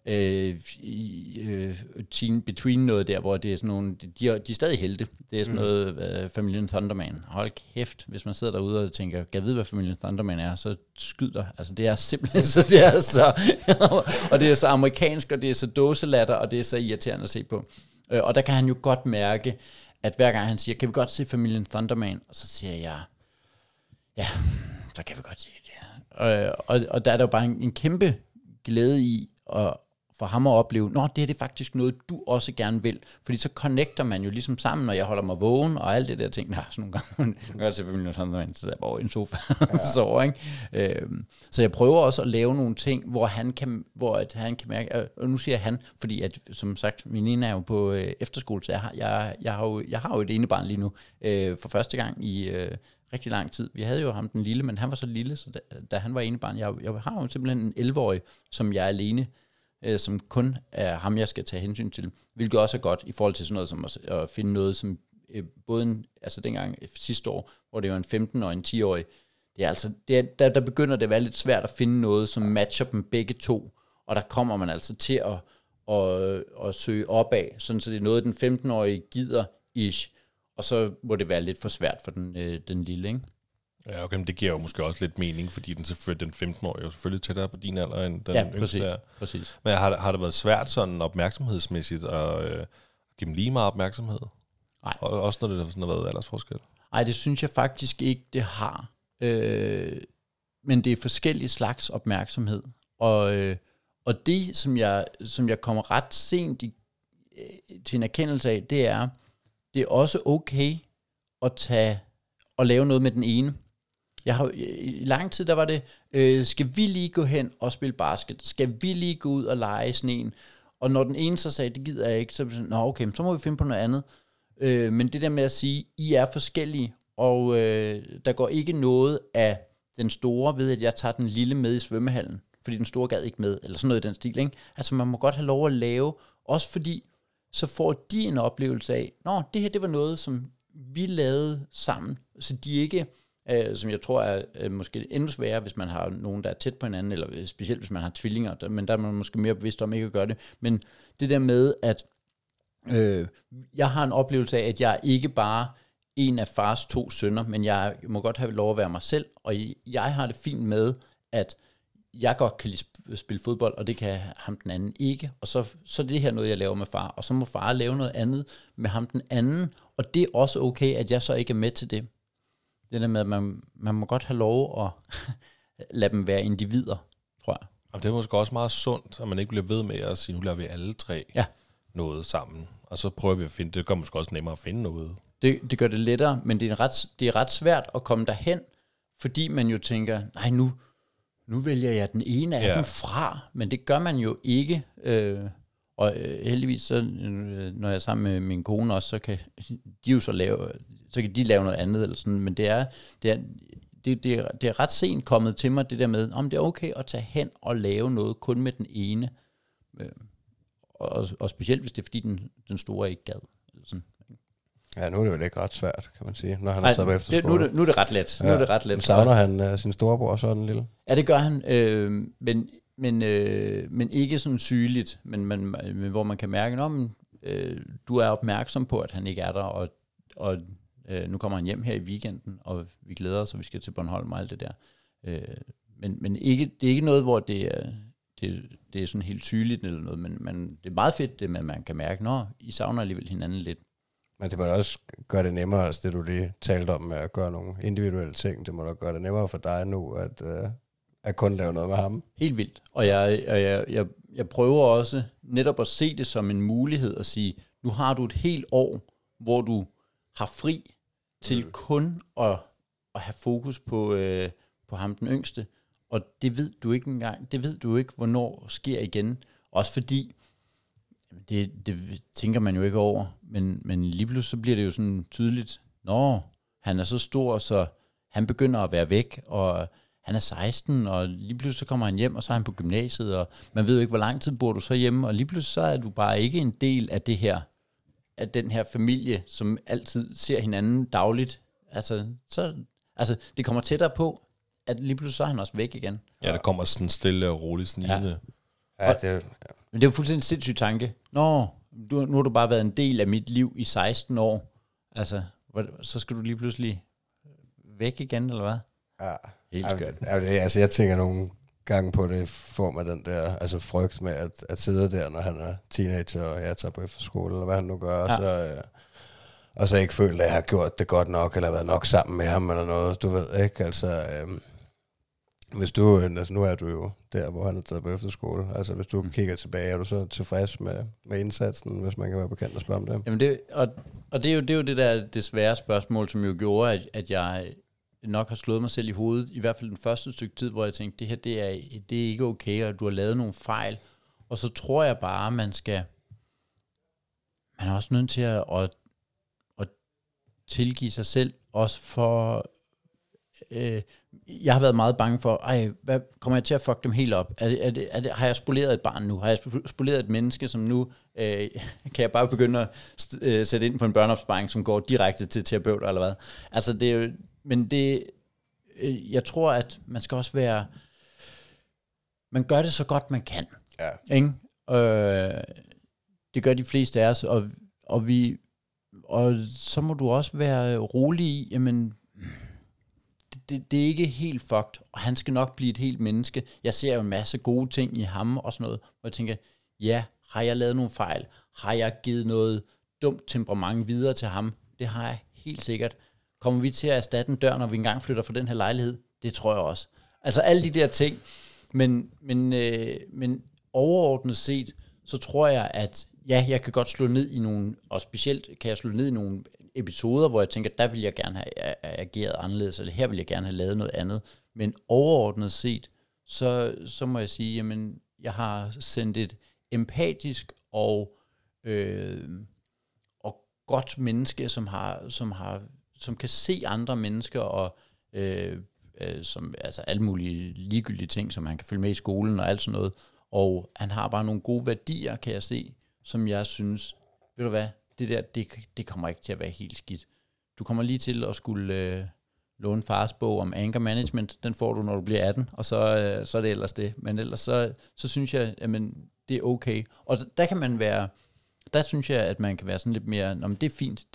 teen between noget der, hvor det er sådan nogle, de er stadig helte. Det er sådan noget familien Thunderman. Hold kæft, hvis man sidder derude og tænker, kan jeg vide, hvad familien Thunderman er, så skyd dig. Altså det er simpelthen så, det er så, og det er så amerikansk, og det er så dåselatter, og det er så irriterende at se på. Og der kan han jo godt mærke, at hver gang han siger, kan vi godt se familien Thunderman, og så siger jeg, ja, så kan vi godt se det. Og der er der jo bare en kæmpe glæde i, og for ham at opleve, det er faktisk noget, du også gerne vil. Fordi så connecter man jo ligesom sammen, når jeg holder mig vågen, og alt det der ting, sådan nogle gange, jeg gør det selvfølgelig sådan, så sidder jeg bare over i en sofa og sover, ikke? Så jeg prøver også at lave nogle ting, hvor han kan mærke, og nu siger han, fordi at, som sagt, min ene er jo på efterskole, så jeg har jo et ene barn lige nu, for første gang i rigtig lang tid. Vi havde jo ham den lille, men han var så lille, så da han var ene barn, jeg har jo simpelthen en 11-årig, som jeg er alene, som kun er ham, jeg skal tage hensyn til, hvilket også er godt i forhold til sådan noget som at finde noget, som både altså dengang sidste år, hvor det var en 15 og en 10-årig, det er altså, der begynder det at være lidt svært at finde noget, som matcher dem begge to, og der kommer man altså til at søge opad, sådan så det er noget, den 15-årige gider ish, og så må det være lidt for svært for den lille, ikke? Ja, okay, men det giver jo måske også lidt mening, fordi den 15-årige er jo selvfølgelig tættere på din alder, end den yngste er. Præcis. Men har det været svært sådan opmærksomhedsmæssigt at give dem lige meget opmærksomhed? Nej. Og også når det har været aldersforskel? Nej, det synes jeg faktisk ikke, det har. Men det er forskellige slags opmærksomhed. Og det, som jeg kommer ret sent til en erkendelse af, det er også okay at lave noget med den ene. Jeg har i lang tid, der var det, skal vi lige gå hen og spille basket? Skal vi lige gå ud og lege i sneen? Og når den ene så sagde, det gider jeg ikke, så var det, okay, så må vi finde på noget andet. Men det der med at sige, I er forskellige, og der går ikke noget af den store ved, at jeg tager den lille med i svømmehallen, fordi den store gad ikke med, eller sådan noget i den stil, ikke? Altså man må godt have lov at lave, også fordi, så får de en oplevelse af, det her, det var noget, som vi lavede sammen, så de ikke, som jeg tror er måske endnu sværere, hvis man har nogen, der er tæt på hinanden, eller specielt hvis man har tvillinger, men der er man måske mere bevidst om ikke at gøre det, men det der med, at jeg har en oplevelse af, at jeg ikke bare en af fars 2 sønner, men jeg må godt have lov at være mig selv, og jeg har det fint med, at jeg godt kan spille fodbold, og det kan ham den anden ikke, og så er det her noget, jeg laver med far, og så må far lave noget andet med ham den anden, og det er også okay, at jeg så ikke er med til det. Det der med, at man må godt have lov at lade dem være individer, tror jeg. Og det er måske også meget sundt, at man ikke bliver ved med at sige, nu laver vi alle 3 noget sammen, og så prøver vi at finde, det gør måske også nemmere at finde noget. Det gør det lettere, men det er ret svært at komme derhen, fordi man jo tænker, nej, nu vælger jeg den ene af dem fra, men det gør man jo ikke. Og heldigvis, så, når jeg er sammen med min kone også, så kan de jo så lave noget andet, eller sådan, men det er ret sent kommet til mig, det der med, om det er okay at tage hen og lave noget kun med den ene. og specielt hvis det er, fordi den store ikke gad. Eller sådan. Ja, nu er det jo ikke ret svært, kan man sige, når han har taget på efterskole. Nu er det ret let. Ja. Nu er det ret let. Savner han sin storebror sådan lille? Ja, det gør han, men ikke sådan sygeligt, men hvor man kan mærke, du er opmærksom på, at han ikke er der, og nu kommer han hjem her i weekenden, og vi glæder os, og vi skal til Bornholm og alt det der. Men ikke, det er ikke noget, hvor det er sådan helt sygeligt eller noget, men det er meget fedt, det med, at man kan mærke, I savner alligevel hinanden lidt. Men det må da også gøre det nemmere, altså det du lige talte om med at gøre nogle individuelle ting, det må da gøre det nemmere for dig nu, at kun lave noget med ham. Helt vildt. Og jeg prøver også netop at se det som en mulighed at sige, nu har du et helt år, hvor du har fri til kun at have fokus på ham den yngste, og det ved du ikke engang, det ved du ikke, hvornår sker igen. Også fordi, det tænker man jo ikke over, men lige pludselig så bliver det jo sådan tydeligt, han er så stor, så han begynder at være væk, og han er 16, og lige pludselig så kommer han hjem, og så er han på gymnasiet, og man ved jo ikke, hvor lang tid bor du så hjemme, og lige pludselig så er du bare ikke en del af det her, af den her familie, som altid ser hinanden dagligt. Altså det kommer tættere på, at lige pludselig så er han også væk igen. Ja, der kommer sådan stille og roligt snigende. Ja, men det er jo fuldstændig en sindssyg tanke. Nu har du bare været en del af mit liv i 16 år. Altså, så skal du lige pludselig væk igen, eller hvad? Ja. Helt skørt. Altså, jeg tænker nogle gange på det, får man den der frygt med at sidde der, når han er teenager, og jeg tager på efterskole, eller hvad han nu gør, og så ikke føle, at jeg har gjort det godt nok, eller været nok sammen med ham, eller noget, du ved ikke, altså... Hvis du, nu er du jo der, hvor han er taget på efterskole. Altså hvis du kigger tilbage, er du så tilfreds med indsatsen, hvis man kan være bekendt og spørge om det? Jamen det er jo det der det svære spørgsmål, som jo gjorde, at jeg nok har slået mig selv i hovedet, i hvert fald den første stykke tid, hvor jeg tænkte, det her det er ikke okay, og du har lavet nogle fejl. Og så tror jeg bare, man er også nødt til at tilgive sig selv, også for... jeg har været meget bange for, hvad kommer jeg til at fuck dem helt op? Har jeg spoleret et barn nu? Har jeg spoleret et menneske, som nu kan jeg bare begynde at sætte ind på en børneopsparing, som går direkte til terapeuter, eller hvad? Altså det er jo, men det, jeg tror, at man skal også være, man gør det så godt man kan. Ja. Ikke? Det gør de fleste af os, og så må du også være rolig i, jamen, det er ikke helt fucked, og han skal nok blive et helt menneske. Jeg ser jo en masse gode ting i ham og sådan noget, hvor jeg tænker, ja, har jeg lavet nogle fejl? Har jeg givet noget dumt temperament videre til ham? Det har jeg helt sikkert. Kommer vi til at erstatte en dør, når vi engang flytter fra den her lejlighed? Det tror jeg også. Altså alle de der ting. Men overordnet set, så tror jeg, at ja, jeg kan godt slå ned i nogle, og specielt kan jeg slå ned i nogle episoder, hvor jeg tænker, der vil jeg gerne have ageret anderledes, eller her vil jeg gerne have lavet noget andet. Men overordnet set, så må jeg sige, jamen, jeg har sendt et empatisk og godt menneske, som kan se andre mennesker, og som, altså alle mulige ligegyldige ting, som han kan følge med i skolen og alt sådan noget. Og han har bare nogle gode værdier, kan jeg se, som jeg synes, ved du hvad, det der, det kommer ikke til at være helt skidt. Du kommer lige til at skulle låne fars bog om anger management. Den får du, når du bliver 18, og så er det ellers det. Men ellers så synes jeg, jamen, det er okay. Og der kan man være, der synes jeg, at man kan være sådan lidt mere, nå, men det er fint.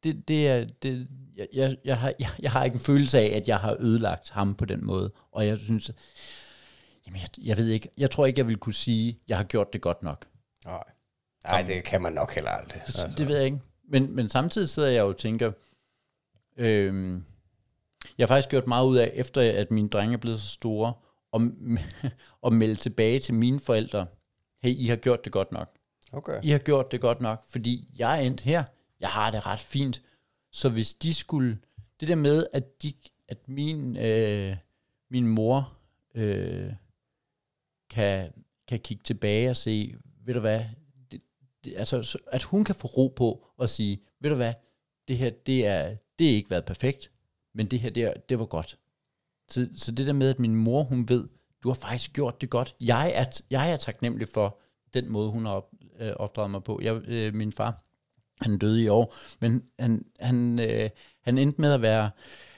Jeg har ikke en følelse af, at jeg har ødelagt ham på den måde. Og jeg synes, jamen, jeg ved ikke, jeg tror ikke, jeg vil kunne sige, at jeg har gjort det godt nok. Nej, det kan man nok heller aldrig. Det ved jeg ikke. Men samtidig sidder jeg jo og tænker, jeg har faktisk gjort meget ud af, efter at mine drenge er blevet så store, og melde tilbage til mine forældre, hey, I har gjort det godt nok. Okay. I har gjort det godt nok, fordi jeg er endt her, jeg har det ret fint. Så hvis de skulle, det der med, at min mor kan kigge tilbage og se, ved du hvad, altså, at hun kan få ro på og sige, ved du hvad, det her, det er ikke været perfekt, men det her, det var godt. Så det der med, at min mor, hun ved, du har faktisk gjort det godt. Jeg er taknemmelig for den måde, hun har opdraget mig på. Min far, han døde i år, men han endte med at være,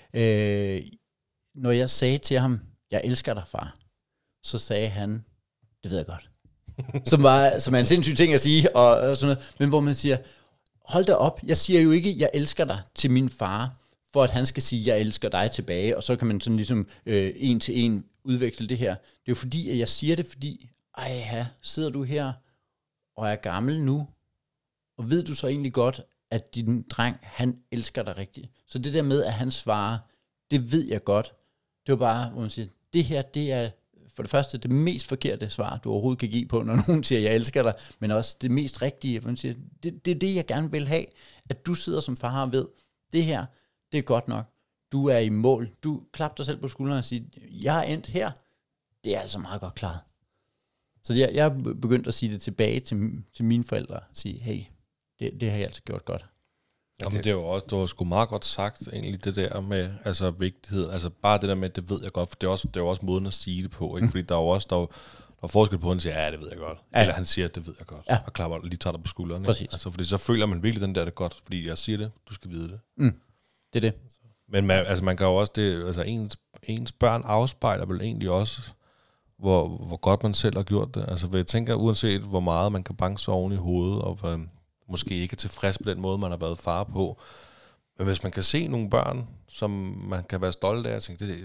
når jeg sagde til ham, jeg elsker dig, far, så sagde han, det ved jeg godt. som er en sindssyg ting at sige, og sådan noget, men hvor man siger, hold da op, jeg siger jo ikke, jeg elsker dig til min far, for at han skal sige, jeg elsker dig tilbage, og så kan man sådan ligesom en til en udveksle det her. Det er jo fordi, at jeg siger det, fordi, sidder du her og er gammel nu, og ved du så egentlig godt, at din dreng, han elsker dig rigtigt. Så det der med, at han svarer, det ved jeg godt. Det var bare, hvor man siger, det her, det er for det første det mest forkerte svar, du overhovedet kan give på, når nogen siger, jeg elsker dig, men også det mest rigtige. Hvor man siger, det er det, jeg gerne vil have, at du sidder som far og ved, det her, det er godt nok. Du er i mål. Du klapper dig selv på skulderen og siger, jeg er endt her. Det er altså meget godt klaret. Så jeg er begyndt at sige det tilbage til mine forældre. Sige, hey, det har jeg altså gjort godt. Jamen, det var sgu meget godt sagt, egentlig, det der med altså vigtighed. Altså bare det der med, det ved jeg godt, for det er jo også måden at sige det på, ikke? Fordi der er jo også der er forskel på, at han siger, ja, det ved jeg godt. Ja. Eller han siger, det ved jeg godt. Ja. Og klapper lige tager dig på skulderen. Præcis. Altså, fordi så føler man virkelig den der, det er godt, fordi jeg siger det, du skal vide det. Det er det. Men man kan jo også, ens børn afspejler vel egentlig også, hvor godt man selv har gjort det. Altså, jeg tænker, uanset hvor meget man kan banke sig oven i hovedet, og måske ikke er tilfreds på den måde, man har været far på. Men hvis man kan se nogle børn, som man kan være stolt af, og tænke,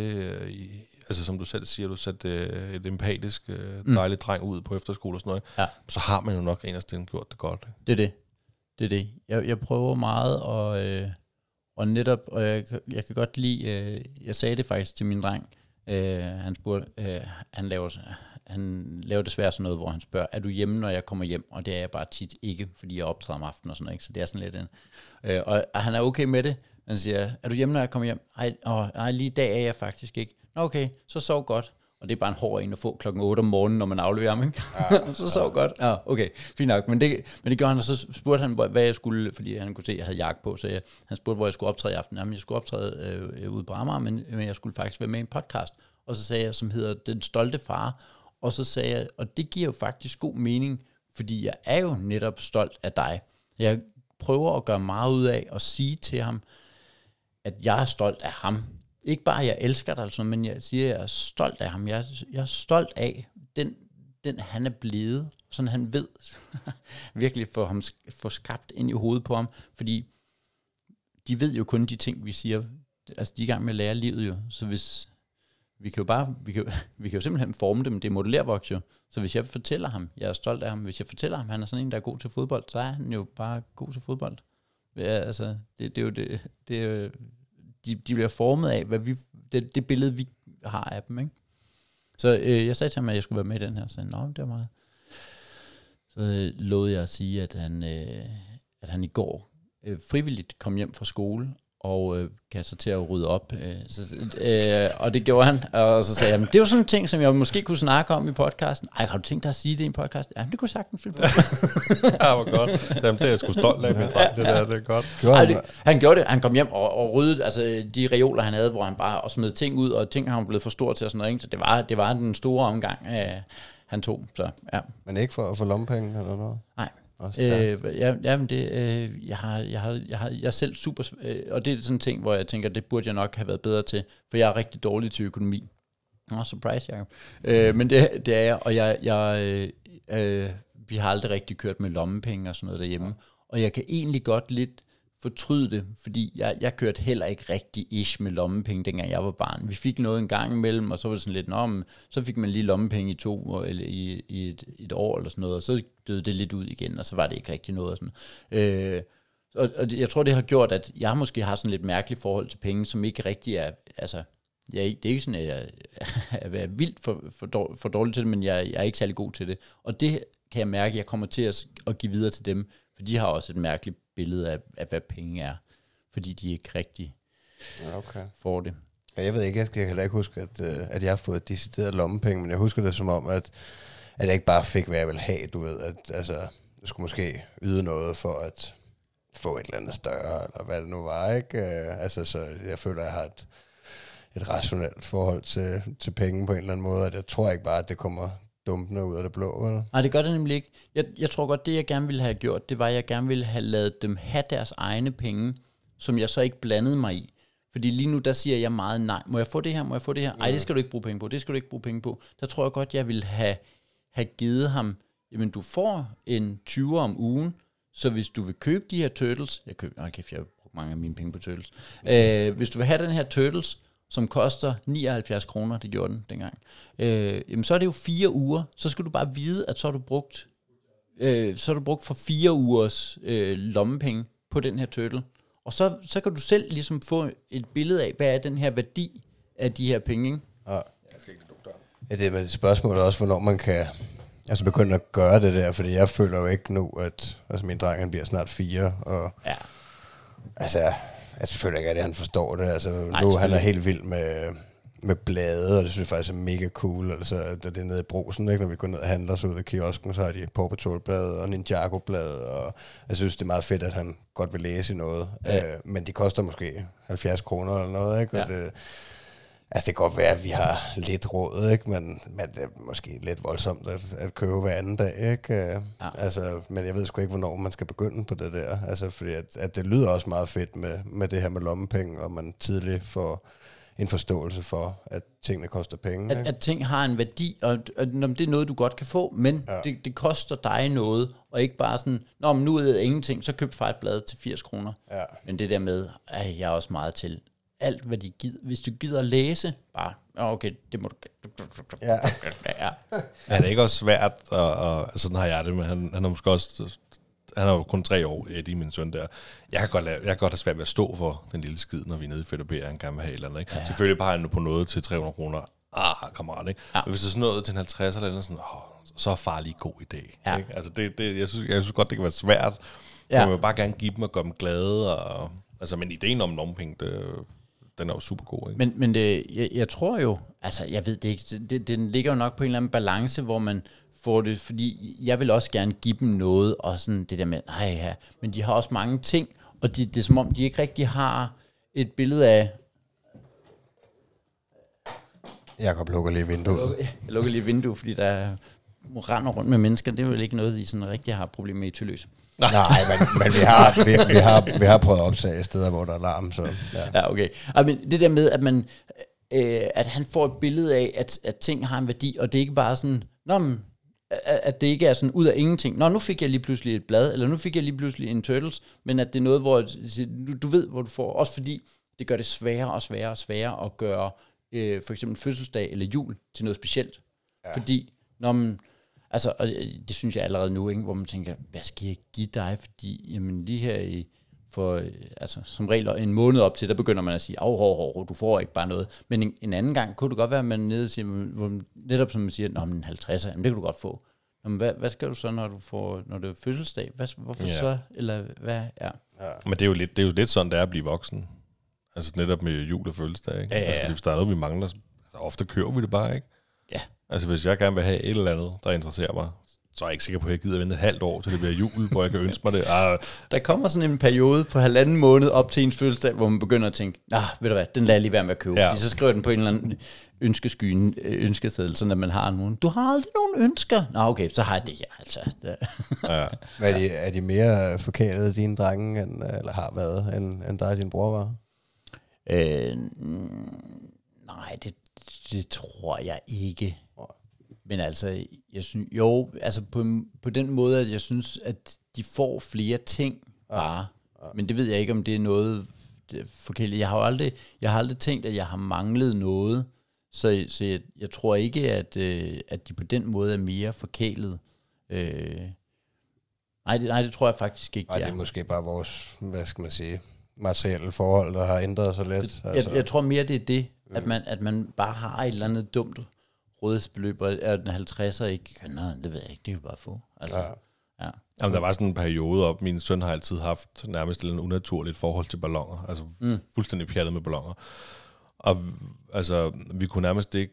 altså som du selv siger, du satte et empatisk, dejligt dreng ud på efterskole og sådan noget, ja. Så har man jo nok en af stederne gjort det godt. Ikke? Det er det. Jeg prøver meget, og netop, og jeg kan godt lide, jeg sagde det faktisk til min dreng, han spurgte, han laver desværre sådan noget, hvor han spørger, er du hjemme, når jeg kommer hjem? Og det er jeg bare tit ikke, fordi jeg optræder om aftenen og sådan noget, ikke? Så det er sådan lidt og han er okay med det. Han siger, er du hjemme, når jeg kommer hjem? Nej, lige i dag er jeg faktisk ikke. Nå okay, så sov godt. Og det er bare en hård en at få 8:00 om morgenen, når man afleverer ham, ikke? Så sov godt. Ja, okay, fint nok. Men det gjorde han, og så spurgte han, hvad jeg skulle, fordi han kunne se, at jeg havde jakke på, så han spurgte, hvor jeg skulle optræde i aften. Jamen, jeg skulle optræde ude på Amager, men jeg skulle faktisk være med i en podcast. Og så sagde jeg, som hedder Den Stolte Far. Og så sagde jeg, og det giver jo faktisk god mening, fordi jeg er jo netop stolt af dig. Jeg prøver at gøre meget ud af at sige til ham, at jeg er stolt af ham. Ikke bare, at jeg elsker dig, altså, men jeg siger, at jeg er stolt af ham. Jeg er stolt af den han er blevet, sådan han ved. Virkelig få skabt ind i hovedet på ham, fordi de ved jo kun de ting, vi siger. Altså, de er i gang med at lære livet jo. Så hvis vi kan jo simpelthen forme dem, det er modellervoks jo. Så hvis jeg fortæller ham, jeg er stolt af ham, hvis jeg fortæller ham, han er sådan en, der er god til fodbold, så er han jo bare god til fodbold. Ja, altså, det er jo det. Det er jo, de bliver formet af, hvad det billede, vi har af dem, ikke? Så jeg sagde til ham, at jeg skulle være med i den her, så nå, det var meget. Så lovede jeg at sige, at han i går frivilligt kom hjem fra skole, og kan så til at rydde op. Og det gjorde han, og så sagde han, det er jo sådan en ting, som jeg måske kunne snakke om i podcasten. Ej, har du tænkt dig at sige det i en podcast? Ja, det kunne sagtens finde på. Ja, hvor godt. Jamen, det er jeg sgu stolt af, min dreng. Det er godt. Han gjorde det. Han kom hjem og ryddede altså, de reoler, han havde, hvor han bare smed ting ud, og ting har han blevet for stor til og sådan noget. Ikke? Så det var den store omgang, han tog. Så, ja. Men ikke for at få lommepenge eller noget? Nej. Jeg er selv super, og det er sådan en ting, hvor jeg tænker, det burde jeg nok have været bedre til, for jeg er rigtig dårlig til økonomi. Surprise, Jacob. Men det er jeg, og vi har aldrig rigtig kørt med lommepenge og sådan noget derhjemme, og jeg kan egentlig godt lidt fortryde det, fordi jeg kørte heller ikke rigtig ish med lommepenge, dengang jeg var barn. Vi fik noget en gang imellem, og så var det sådan lidt, så fik man lige lommepenge i 2 år, eller i et år eller sådan noget, og så døde det lidt ud igen, og så var det ikke rigtig noget. Og sådan. Og jeg tror, det har gjort, at jeg måske har sådan lidt mærkeligt forhold til penge, som ikke rigtig er, altså, det er ikke sådan, at jeg er vildt for dårlig til det, men jeg er ikke særlig god til det. Og det kan jeg mærke, at jeg kommer til at give videre til dem, for de har også et mærkeligt billede af hvad penge er, fordi de ikke rigtig får det. Ja, jeg ved ikke, jeg kan heller ikke huske, at jeg har fået decideret lommepenge, men jeg husker det som om, at jeg ikke bare fik, hvad jeg ville have, du ved, at altså, jeg skulle måske yde noget for at få et eller andet større, eller hvad det nu var, ikke? Altså, så jeg føler, at jeg har et rationelt forhold til penge på en eller anden måde, at jeg tror ikke bare, at det kommer dumpende ud af det blå, eller? Nej, det gør det nemlig ikke. Jeg tror godt, det jeg gerne ville have gjort, det var, at jeg gerne ville have ladet dem have deres egne penge, som jeg så ikke blandede mig i. Fordi lige nu, der siger jeg meget nej. Må jeg få det her? Må jeg få det her? Ej, det skal du ikke bruge penge på. Det skal du ikke bruge penge på. Der tror jeg godt, jeg ville have givet ham, jamen du får en 20'er om ugen, så hvis du vil købe de her turtles, jeg har brugt mange af mine penge på turtles. Hvis du vil have den her turtles, som koster 79 kroner, det gjorde den dengang, jamen så er det jo 4 uger, så skal du bare vide, at så har du brugt for 4 ugers lommepenge på den her turtle. Og så kan du selv ligesom få et billede af, hvad er den her værdi af de her penge, ikke? Ja. Ja, det er med spørgsmålet også, hvornår man kan begynde at gøre det der, fordi jeg føler jo ikke nu, at min dreng han bliver snart 4, og jeg føler ikke, at han forstår det. Altså, nu han er helt vild med blade, og det synes jeg faktisk er mega cool. Altså, det er nede i Brugsen, ikke? Når vi går ned og handler så ud af kiosken, så har de Paw Patrol-blade og Ninjago-blade, og jeg synes, det er meget fedt, at han godt vil læse i noget. Ja. Men de koster måske 70 kroner eller noget, ikke? Ja. Og det kan godt være, at vi har lidt råd, ikke? Men det er måske lidt voldsomt at købe hver anden dag, ikke? Ja. Men jeg ved sgu ikke, hvornår man skal begynde på det der. Altså, fordi at det lyder også meget fedt med det her med lommepenge, og man tidligt får en forståelse for, at tingene koster penge. At ting har en værdi, og det er noget, du godt kan få, men det koster dig noget, og ikke bare sådan, men nu er det ingenting, så køb fra et blad til 80 kroner. Ja. Men det der med, jeg er også meget til alt, hvad de gider. Hvis du gider at læse, bare, okay, det må du... Ja. Er det ikke også svært, og sådan har jeg det, men han er måske også... Han er jo kun 3 år, Eddie, min søn der. Jeg kan godt have svært ved at stå for den lille skid, når vi er nede i Fedt og Bær, han gerne vil have et eller andet. Ikke? Ja. Selvfølgelig bare han på noget til 300 kroner. Kammerat, ikke? Ja. Men hvis det er sådan noget til en 50 eller andet, sådan, så er far lige god i dag. Ja. Ikke? Altså, jeg synes godt, det kan være svært. Ja. Man vil bare gerne give dem og gøre dem glade. Men ideen om lommepenge, den er jo super god. Ikke? Men jeg tror jo, jeg ved det ikke, den ligger jo nok på en eller anden balance, hvor man får det, fordi jeg vil også gerne give dem noget, og sådan det der med, men de har også mange ting, og det er som om, de ikke rigtig har et billede af... Jakob lukker lige vinduet. Jeg lukker lige vinduet, fordi der render rundt med mennesker, det er jo ikke noget, I sådan rigtig har problemer med i Tølløse. Nej, men vi har prøvet at opsage steder, hvor der er larm, så... Ja, okay. Men det der med, at man... at han får et billede af, at ting har en værdi, og det er ikke bare sådan... at det ikke er sådan ud af ingenting. Nu fik jeg lige pludselig et blad, eller nu fik jeg lige pludselig en turtles, men at det er noget, hvor du ved, hvor du får, også fordi det gør det sværere og sværere og sværere at gøre for eksempel fødselsdag eller jul til noget specielt. Ja. Fordi, og det synes jeg allerede nu, ikke, hvor man tænker, hvad skal jeg give dig? Fordi, jamen lige her som regel en måned op til, der begynder man at sige, du får ikke bare noget. Men en anden gang kunne det godt være, at man nede siger, netop som man siger, en 50'er, det kan du godt få. Hvad skal du så, når det er fødselsdag? Hvorfor så? Eller hvad? Ja. Men det er jo lidt sådan, det er at blive voksen. Altså netop med jul og fødselsdag, ikke? Ja. Fordi hvis der er noget, vi mangler, ofte kører vi det bare, ikke? Ja. Altså hvis jeg gerne vil have et eller andet, der interesserer mig, så er jeg ikke sikker på, at jeg gider vente et halvt år, til det bliver jul, hvor jeg kan ønske mig det. Der kommer sådan en periode på 1,5 måned op til ens fødselsdag, hvor man begynder at tænke, ved du hvad, den lader jeg lige være med at købe. Ja. Fordi så skriver den på en eller anden ønskeseddel, sådan at man har nogen. Du har aldrig nogen ønsker. Okay, så har jeg det her. Altså. Ja. Er de mere forkælede, dine drenge, eller har været, end dig og din bror var? Nej, det tror jeg ikke. Men jeg synes, på den måde, at jeg synes, at de får flere ting bare. Men det ved jeg ikke, om det er noget forkert. Jeg har aldrig tænkt, at jeg har manglet noget. Så jeg tror ikke, at de på den måde er mere forkælet. Nej, det tror jeg faktisk ikke. Nej, det er måske bare vores, hvad skal man sige, materielle forhold, der har ændret sig lidt. Jeg tror mere, det er det, at man bare har et eller andet dumt rådighedsbeløb, og den 50'er ikke, det ved jeg ikke, det vil bare få. Ja. Jamen, der var sådan en periode op, min søn har altid haft nærmest et unaturligt forhold til balloner, altså fuldstændig pjattet med balloner. Og vi kunne nærmest ikke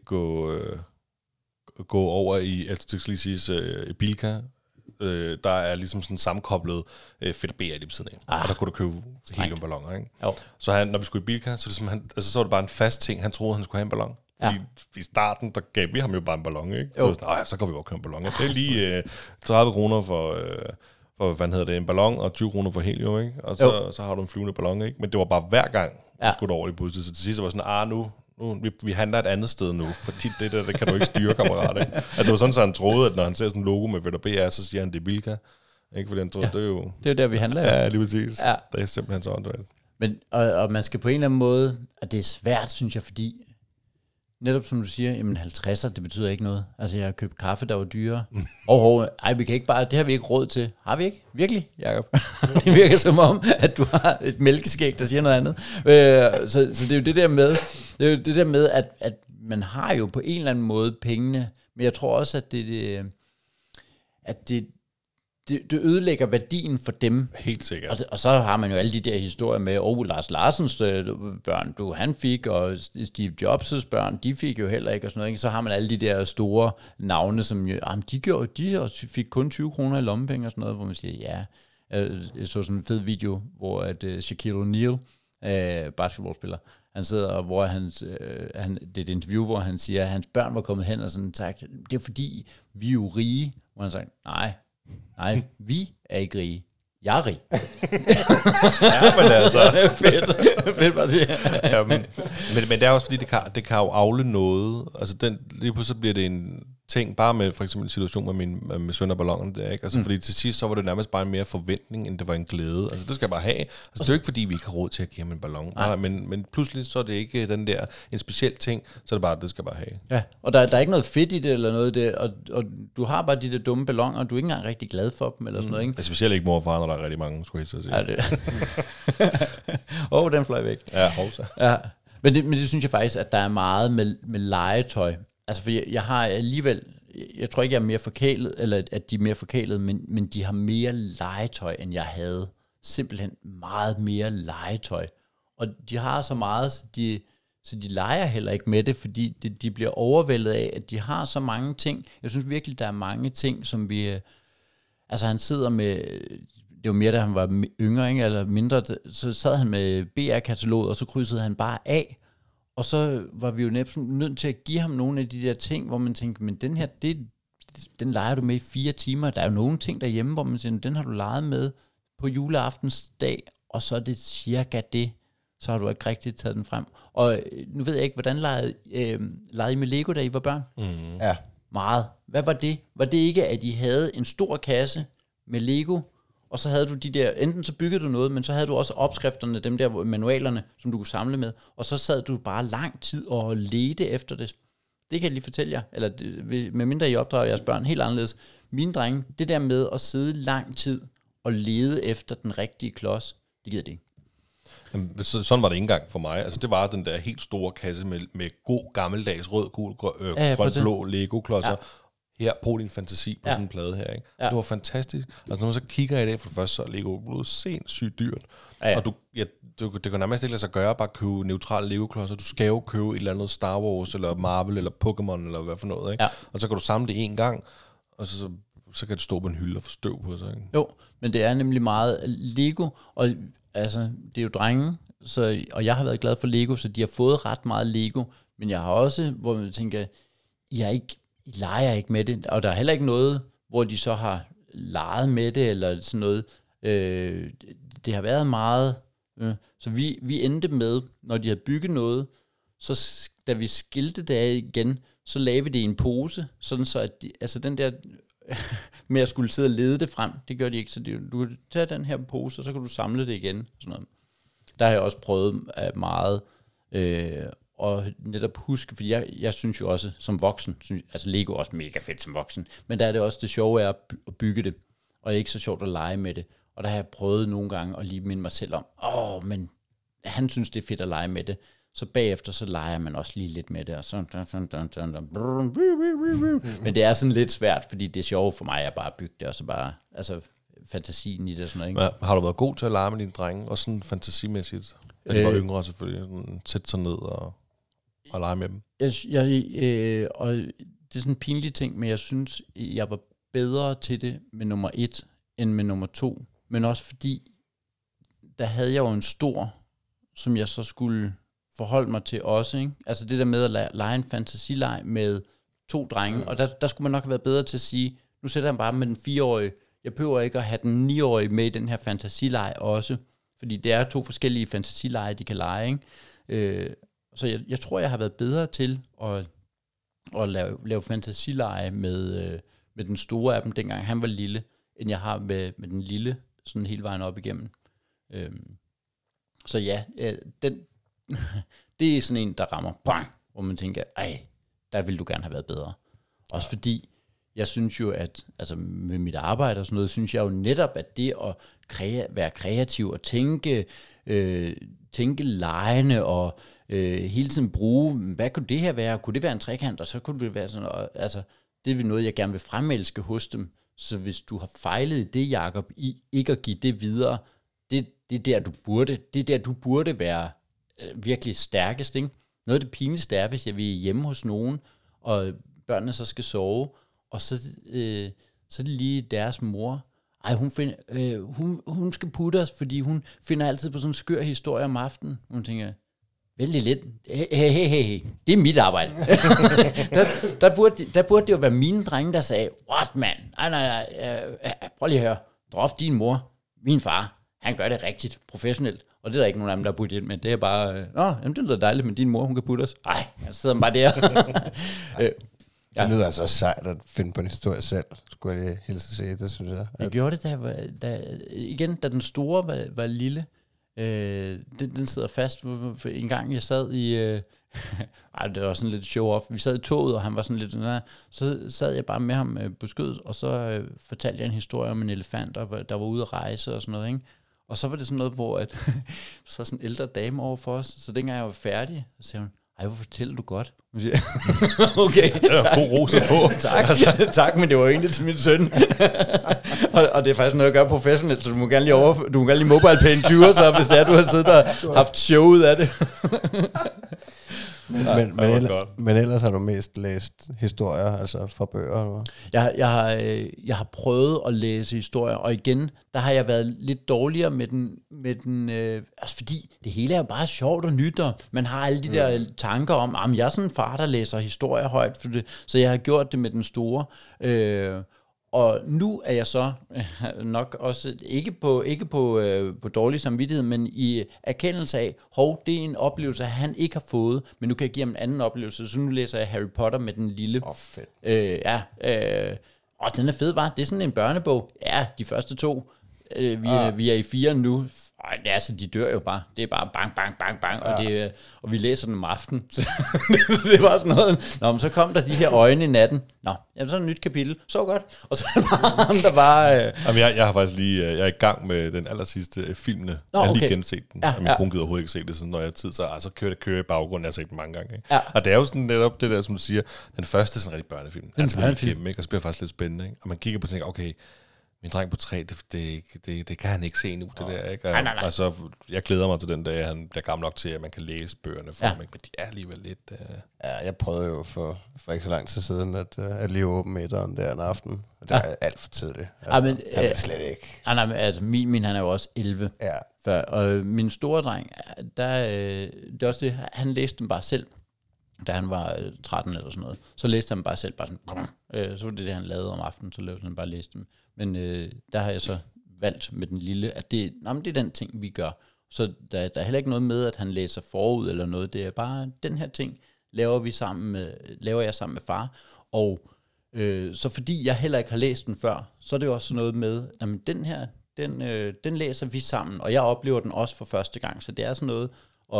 gå over i, det skal lige siges, Bilka, der er ligesom sådan sammenkoblet Fedt og Bær lige på siden af. Og der kunne du købe heliumballoner, ikke? Jo. Så når vi skulle i Bilka, så var det bare en fast ting. Han troede, han skulle have en ballon. Fordi i starten, der gav vi ham jo bare en ballon, ikke? Jo. Så kan vi godt købe en ballon. Det er lige 30 kroner for, hvad hedder det, en ballon, og 20 kroner for helium, ikke? Og så har du en flyvende ballon, ikke? Men det var bare hver gang, du skulle over i busset. Så til sidst var sådan, nu vi handler et andet sted nu, fordi det kan du ikke styre, kammerat, ikke? Altså, det var sådan, så han troede, at når han ser sådan en logo med VDB, så siger han, det er Bilka. Ikke? Fordi han troede, det er jo... Det er jo der, vi handler. Ja, lige præcis. Ja. Det er simpelthen så åndssvagt. Men, og man skal på en eller anden måde, og det er svært, synes jeg, fordi netop som du siger, jamen 50'er, det betyder ikke noget. Altså, jeg har købt kaffe, der var dyrere. Vi kan ikke bare, det har vi ikke råd til. Har vi ikke? Virkelig, Jacob? Det virker som om, at du har et mælkeskæg, der siger noget andet. Så det er jo det der med, at man har jo på en eller anden måde pengene, men jeg tror også, at det ødelægger værdien for dem. Helt sikkert. Og så har man jo alle de der historier med, Lars Larsens børn, han fik, og Steve Jobs' børn, de fik jo heller ikke, og sådan noget. Ikke? Så har man alle de der store navne, som jo, de fik kun 20 kroner i lommepenge, og sådan noget, hvor man siger, ja. Jeg så sådan en fed video, hvor Shaquille O'Neal, basketballspiller, han sidder, og hvor det er et interview, hvor han siger, at hans børn var kommet hen og sådan sagt, det er fordi, vi er jo rige. Hvor han sagde, nej, vi er ikke rige. Jeg er rig. Ja, men altså. Fedt bare at sige. Men det er også fordi, det kan jo afle noget. Altså lige pludselig bliver det en ting, bare med for eksempel en situation med søn og ballonerne der, ikke? Altså fordi til sidst, så var det nærmest bare en mere forventning, end det var en glæde. Altså det skal jeg bare have. Altså det er jo ikke fordi, vi ikke har råd til at give ham en ballon. Nej, men pludselig, så er det ikke den der, en speciel ting, så er det bare, det skal jeg bare have. Ja, og der er ikke noget fedt i det, eller noget i det, og du har bare de der dumme balloner, og du er ikke engang rigtig glad for dem, eller sådan noget, ikke? Det er specielt ikke mor og far, når der er rigtig mange, skulle jeg så sige. Ja, det. Den fløj væk. Ja, også. Ja. Men det synes jeg faktisk, at der er meget med legetøj. Altså, for jeg har alligevel, jeg tror ikke, jeg er mere forkælet, eller at de er mere forkælet, men de har mere legetøj, end jeg havde. Simpelthen meget mere legetøj. Og de har så meget, så de leger heller ikke med det, fordi de bliver overvældet af, at de har så mange ting. Jeg synes virkelig, der er mange ting, som vi... Altså, han sidder med... Det var mere, da han var yngre, ikke? Eller mindre, så sad han med BR-kataloget, og så krydsede han bare af. Og så var vi jo nødt til at give ham nogle af de der ting, hvor man tænkte, men den her, den leger du med i 4 timer. Der er jo nogle ting derhjemme, hvor man siger, den har du leget med på juleaftensdag, og så er det cirka det. Så har du ikke rigtig taget den frem. Og nu ved jeg ikke, hvordan legede I med Lego, da I var børn? Mm. Ja. Meget. Hvad var det? Var det ikke, at I havde en stor kasse med Lego, og så havde du de der, enten så byggede du noget, men så havde du også opskrifterne, dem der manualerne, som du kunne samle med, og så sad du bare lang tid og ledte efter det. Det kan jeg lige fortælle jer, eller medmindre I opdrager jeres børn helt anderledes. Mine drenge, det der med at sidde lang tid og lede efter den rigtige klods, det gider det ikke. Jamen, sådan var det ikke engang for mig. Altså, det var den der helt store kasse med god gammeldags rød, gul, grøn, blå Lego-klodser. Ja. Her, på din fantasi på sådan en plade her, ikke? Ja. Det var fantastisk. Altså, når man så kigger i det, for det første, så er Lego blevet sindssygt dyrt. Ja. Og det kan nærmest ikke lade sig gøre, bare købe neutrale Lego-klodser. Du skal jo købe et eller andet Star Wars, eller Marvel, eller Pokémon, eller hvad for noget, ikke? Ja. Og så kan du samle det en gang, og så kan det stå på en hylde og få støv på sig, ikke? Jo, men det er nemlig meget Lego, og altså, det er jo drenge, og jeg har været glad for Lego, så de har fået ret meget Lego, men jeg har også, hvor jeg tænker, I leger ikke med det, og der er heller ikke noget, hvor de så har leget med det, eller sådan noget. Det har været meget... Så vi endte med, når de havde bygget noget, så da vi skilte det af igen, så lagde vi det i en pose, sådan så at altså den der med at skulle sidde og lede det frem, det gør de ikke, så du kan tage den her pose, og så kan du samle det igen. Sådan noget. Der har jeg også prøvet meget, og netop huske, fordi jeg synes jo også som voksen, altså Lego er også mega fedt som voksen, men der er det også det sjove er at bygge det, og det er ikke så sjovt at lege med det. Og der har jeg prøvet nogle gange at lige minde mig selv om, men han synes det er fedt at lege med det, så bagefter så leger man også lige lidt med det, og så men det er sådan lidt svært, fordi det er sjovt for mig at bare bygge det, og så bare, altså fantasien i det og sådan noget, ikke? Ja, har du været god til at lege med dine drenge, også sådan fantasimæssigt? At de var yngre selvfølgelig, sætte sig ned og lege med dem? Og det er sådan en pinlig ting, men jeg synes, jeg var bedre til det med nummer 1 end med nummer 2. Men også fordi, der havde jeg jo en stor, som jeg så skulle forholdt mig til også, ikke? Altså det der med at lege en fantasileg med 2 drenge, og der skulle man nok have været bedre til at sige, nu sætter jeg bare med den 4-årige, jeg behøver ikke at have den 9-årige med i den her fantasileg også, fordi det er 2 forskellige fantasileje, de kan lege, ikke? Så jeg tror, jeg har været bedre til at lave fantasileje med den store af dem, dengang han var lille, end jeg har med den lille, sådan hele vejen op igennem. Så ja, det er sådan en, der rammer, bang, hvor man tænker, ej, der ville du gerne have været bedre. Også fordi, jeg synes jo, at altså med mit arbejde og sådan noget, synes jeg jo netop, at det at være kreativ og tænke legende og hele tiden bruge, hvad kunne det her være? Kunne det være en trekant? Og så kunne det være sådan, altså det er noget, jeg gerne vil fremelske hos dem. Så hvis du har fejlet i det, Jacob, i ikke at give det videre, det er der, du burde være virkelig stærkest, ikke? Noget af det pinligste er, hvis jeg vil hjemme hos nogen, og børnene så skal sove, og så er det lige deres mor. Ej, hun skal putte os, fordi hun finder altid på sådan en skør historie om aftenen. Hun tænker, vældig lidt. Hey, det er mit arbejde. der burde det jo være mine drenge, der sagde, what man? Nej, prøv lige at høre. Drop din mor, min far. Han gør det rigtigt, professionelt. Og det er der ikke nogen af dem, der har budt ind med. Det er bare, jamen det lyder dejligt, men din mor, hun kan putte os. Ej, jeg sidder bare der. Det lyder altså også sejt at finde på en historie selv, skulle jeg hilse at sige. Det synes jeg. Jeg gjorde det, da den store var lille. Den sidder fast. En gang jeg sad i... det var sådan lidt show-off. Vi sad i toget, og han var sådan lidt... Så sad jeg bare med ham på skødet, og så fortalte jeg en historie om en elefant, der var ude at rejse og sådan noget, ikke? Og så var det sådan noget, hvor der sad sådan en ældre dame over for os. Så dengang jeg var færdig, så sagde hun, ej, hvor fortæller du godt? Siger, okay, tak. God ros at få. tak, men det var jo egentlig til min søn. og det er faktisk noget, jeg gør professionelt, så du må gerne lige mobile pay en 20'er, så hvis det er, du har siddet og haft show ud af det. Men ellers har du mest læst historier, altså fra bøger? Eller? Jeg har prøvet at læse historier, og igen, der har jeg været lidt dårligere med den altså fordi det hele er jo bare sjovt og nyt, og man har alle de der tanker om, at jeg er sådan en far, der læser historier højt, for det, så jeg har gjort det med den store. Og nu er jeg så nok også, ikke på dårlig samvittighed, men i erkendelse af, det er en oplevelse, han ikke har fået, men nu kan jeg give ham en anden oplevelse, så nu læser jeg Harry Potter med den lille. Fedt. Den er fed, var. Det er sådan en børnebog. Ja, de første 2. Vi er i 4 nu. Altså, de dør jo bare. Det er bare bang, bang, bang, bang, og vi læser den om aftenen. Så det var sådan noget. Nå, men så kom der de her øjne i natten. Nå, jamen, så er et nyt kapitel. Så godt. Og så er det bare ham, der bare... Jamen, jeg har faktisk lige... Jeg er i gang med den allersidste filmene. Jeg har lige genset den. Min kone gider overhovedet ikke se det, sådan, når jeg har tid. Så kører i baggrunden. Jeg har set den mange gange. Ikke? Ja. Og det er jo sådan netop det der, som du siger. Den første er sådan en rigtig børnefilm. Den børnefilm. Ikke? Og så bliver faktisk lidt spændende. Ikke? Og man kigger på og tænker, okay... Min dreng på 3, det kan han ikke se nu, det der, ikke? Nej. Altså, jeg glæder mig til den dag, han bliver gammel nok til, at man kan læse bøgerne for ham, ikke? Men de er alligevel lidt... Ja, jeg prøvede jo for ikke så lang tid siden, at lige åbne etteren der en aften. Og det var alt for tidligt. Altså, han vil slet ikke. Men altså, min han er jo også 11. Ja. Før, og min store dreng, det er også det, han læste dem bare selv. Da han var 13 eller sådan noget, så læste han bare selv, bare sådan, så var det han lavede om aftenen, så lavede han bare læste dem. Men der har jeg så valgt med den lille, at det er den ting, vi gør. Så der er heller ikke noget med, at han læser forud eller noget, det er bare, den her ting laver jeg sammen med far. Og så fordi jeg heller ikke har læst den før, så er det jo også noget med, jamen den her, den læser vi sammen, og jeg oplever den også for første gang, så det er sådan noget,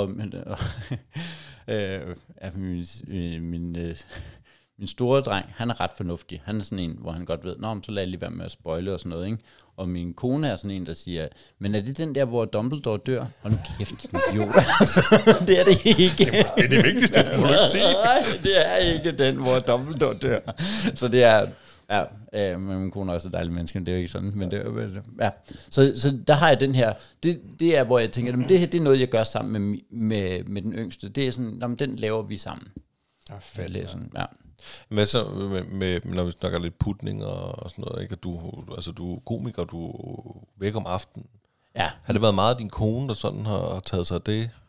min store dreng, han er ret fornuftig. Han er sådan en, hvor han godt ved, så lader jeg lige være med at spoile og sådan noget, ikke? Og min kone er sådan en, der siger, men er det den der, hvor Dumbledore dør? Og nu kæft, idiot. Det er det ikke. Det er det vigtigste, det må du ikke sige. Nej, det er ikke den, hvor Dumbledore dør. Så det er... Ja, men min kone er også et dejligt menneske, men det er jo ikke sådan. Men det, ja. Så der har jeg den her, det er, hvor jeg tænker, men det er noget, jeg gør sammen med den yngste. Det er sådan, den laver vi sammen. Ja, fedt. Ja. Hvad så med, når vi snakker lidt putning og sådan noget, ikke? Du er komiker, du er væk om aftenen. Ja. Har det været meget din kone, der sådan har taget sig af det?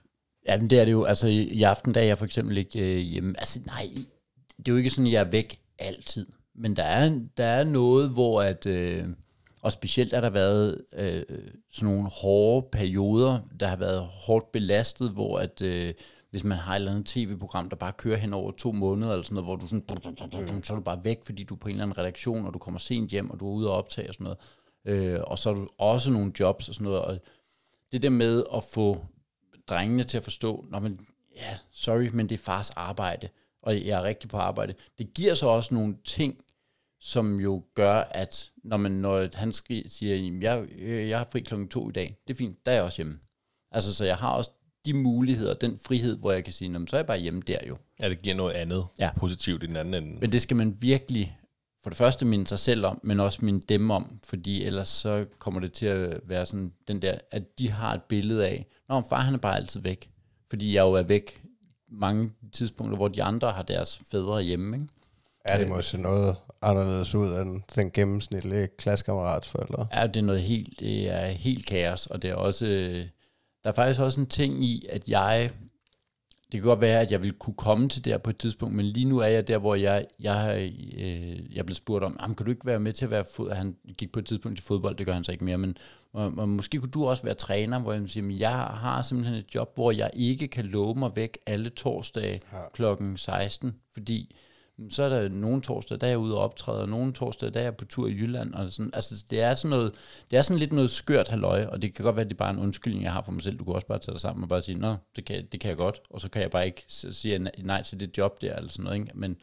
Ja, men det er det jo. Altså i aften, der er jeg for eksempel ikke hjemme. Altså nej, det er jo ikke sådan, at jeg er væk altid. Men der er noget, hvor at... og specielt er der været sådan nogle hårde perioder, der har været hårdt belastet, hvor at... hvis man har et eller andet tv-program, der bare kører hen over 2 måneder, eller sådan noget, hvor du sådan, så er du bare væk, fordi du er på en eller anden redaktion, og du kommer sent hjem, og du er ude og optage og sådan noget. Og så er du også nogle jobs og sådan noget. Og det der med at få drengene til at forstå, men ja, sorry, men det er fars arbejde, og jeg er rigtig på arbejde. Det giver så også nogle ting, som jo gør, at når han siger, jeg har fri 2:00 i dag, det er fint, der er jeg også hjemme. Altså, så jeg har også de muligheder, den frihed, hvor jeg kan sige, så er jeg bare hjemme der jo. Ja, det giver noget andet positivt i den anden ende. Men det skal man virkelig, for det første minde sig selv om, men også minde dem om, fordi ellers så kommer det til at være sådan, den der, at de har et billede af, far han er bare altid væk, fordi jeg jo er væk mange tidspunkter, hvor de andre har deres fædre hjemme, ikke? Ja, det må se noget anderledes ud end den gennemsnitlige klassekammerats forældre. Ja, det er helt kaos, og det er også, der er faktisk også en ting i, at det kan godt være, at jeg vil kunne komme til der på et tidspunkt, men lige nu er jeg der, hvor jeg blev spurgt om, kan du ikke være med til at være han gik på et tidspunkt til fodbold, det gør han så ikke mere, men måske kunne du også være træner, hvor jeg siger, jeg har simpelthen et job, hvor jeg ikke kan love mig væk alle torsdage klokken 16, fordi så er der nogle torsdage, der er jeg ude og optræde, og nogle torsdage, der er jeg på tur i Jylland, og sådan, altså det er sådan lidt noget skørt halløj, og det kan godt være, at det er bare en undskyldning, jeg har for mig selv. Du kan også bare tage dig sammen og bare sige, det kan jeg godt, og så kan jeg bare ikke sige nej til det job der, eller sådan noget, ikke? Men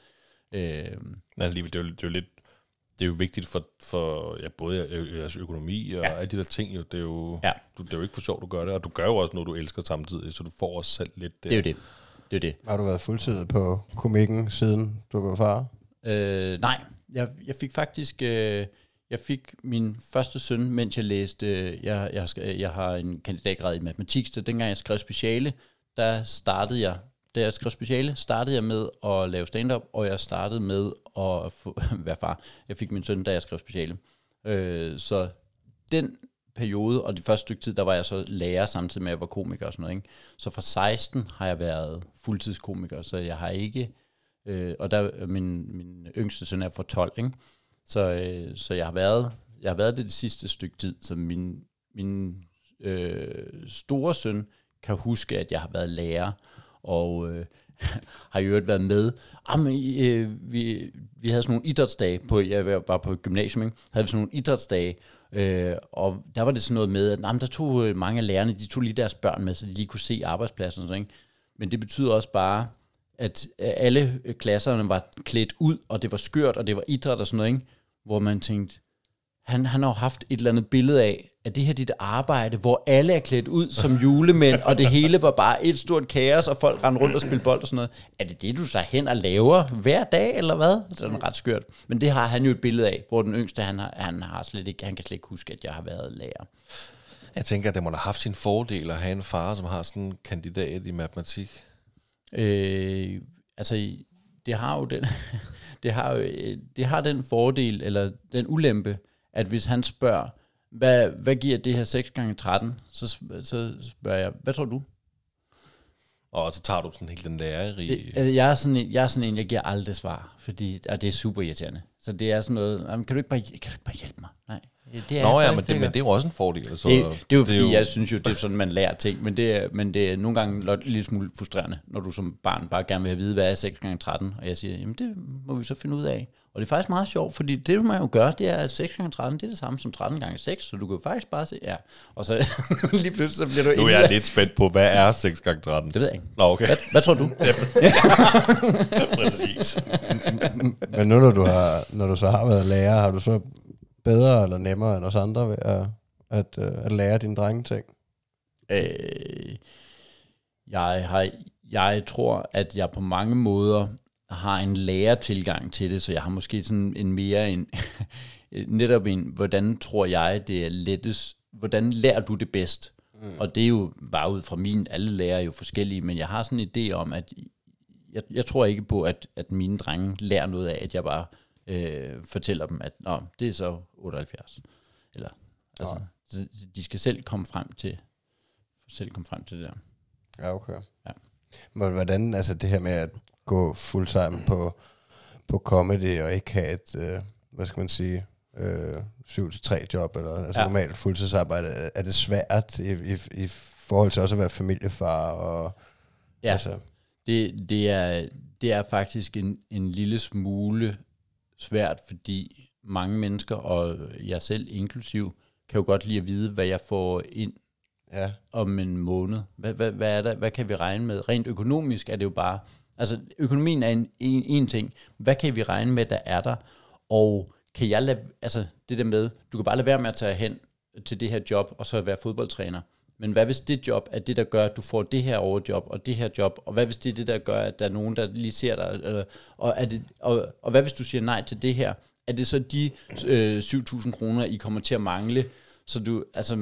det er jo vigtigt for både jeres økonomi og alle de der ting, jo. Det er jo, det er jo ikke for sjovt, du gør det, og du gør jo også noget, du elsker samtidig, så du får også selv lidt... Det er jo det. Det er det. Har du været fuldtid på komikken, siden du var far? Nej, jeg fik faktisk... jeg fik min første søn, mens jeg læste... Jeg har en kandidatgrad i matematik, så dengang jeg skrev speciale, startede jeg med at lave stand-up, og jeg startede med at være far. Jeg fik min søn, da jeg skrev speciale. Så den periode, og det første stykke tid, der var jeg så lærer samtidig med, at jeg var komiker og sådan noget, ikke? Så fra 16 har jeg været fuldtidskomiker, så jeg har ikke, og der min yngste søn er fra 12, ikke? Så jeg har været det sidste stykke tid, så min store søn kan huske, at jeg har været lærer, og har i øvrigt været med. Vi havde sådan nogle idrætsdage, jeg var på gymnasium, ikke? Havde vi sådan nogle idrætsdage, og der var det sådan noget med, at der tog mange af lærerne, de tog lige deres børn med, så de lige kunne se arbejdspladsen og sådan, ikke? Men det betyder også bare, at alle klasserne var klædt ud, og det var skørt, og det var idræt og sådan noget, ikke? Hvor man tænkte, han har jo haft et eller andet billede af, at det her dit arbejde, hvor alle er klædt ud som julemænd, og det hele var bare et stort kaos, og folk rendte rundt og spille bold og sådan noget. Er det du så hen og laver hver dag, eller hvad? Det er ret skørt. Men det har han jo et billede af, hvor den yngste, han kan slet ikke huske, at jeg har været lærer. Jeg tænker, at det må have haft sin fordel at have en far, som har sådan en kandidat i matematik. Det har jo den, det har den fordel, eller den ulempe, at hvis han spørger, hvad giver det her 6 gange 13, så spørger jeg, hvad tror du? Og så tager du sådan helt den lærerige... Jeg er sådan en, jeg giver aldrig svar, fordi det er super irriterende. Så det er sådan noget, kan du ikke bare hjælpe mig? Nej. Men det er jo også en fordel. Altså, det er jo fordi, jeg synes jo, det er sådan, man lærer ting, men det er nogle gange lidt smule frustrerende, når du som barn bare gerne vil have at vide, hvad er 6 gange 13, og jeg siger, jamen det må vi så finde ud af. Og det er faktisk meget sjovt, fordi det man jo gør, det er, at 6 gange 13, det er det samme som 13 gange 6, så du kan jo faktisk bare se, og så lige pludselig så bliver du... Nu er jeg lidt spændt på, hvad er 6 gange 13? Det ved jeg ikke. Nå, okay. Hvad tror du? Præcis. Men nu, når du så har været lærer, har du så bedre eller nemmere end os andre ved at lære dine drengeting? Jeg tror, at jeg på mange måder har en lærertilgang til det, så jeg har måske sådan netop hvordan tror jeg, det er lettest, hvordan lærer du det bedst? Og det er jo bare ud fra alle lærere er jo forskellige, men jeg har sådan en idé om, at jeg tror ikke på, at mine drenge lærer noget af, at jeg bare fortæller dem, at det er så 78. Eller, altså, de skal selv komme frem til det der. Ja, okay. Men hvordan, altså det her med at gå fulltime på comedy og ikke have et, hvad skal man sige, 7-3 job, eller altså normalt fuldtidsarbejde, er det svært i forhold til også at være familiefar? Og, altså. Det er faktisk en lille smule svært, fordi mange mennesker, og jeg selv inklusiv, kan jo godt lide at vide, hvad jeg får ind om en måned. Hvad er der? Hvad kan vi regne med? Rent økonomisk er det jo bare, altså økonomien er en ting. Hvad kan vi regne med, der er der? Og kan jeg lade, altså det der med, du kan bare lade være med at tage hen til det her job, og så være fodboldtræner. Men hvad hvis det job er det, der gør, at du får det her overjob, og det her job, og hvad hvis det er det, der gør, at der er nogen, der lige ser dig, og hvad hvis du siger nej til det her? Er det så de 7.000 kroner, I kommer til at mangle? Så du, altså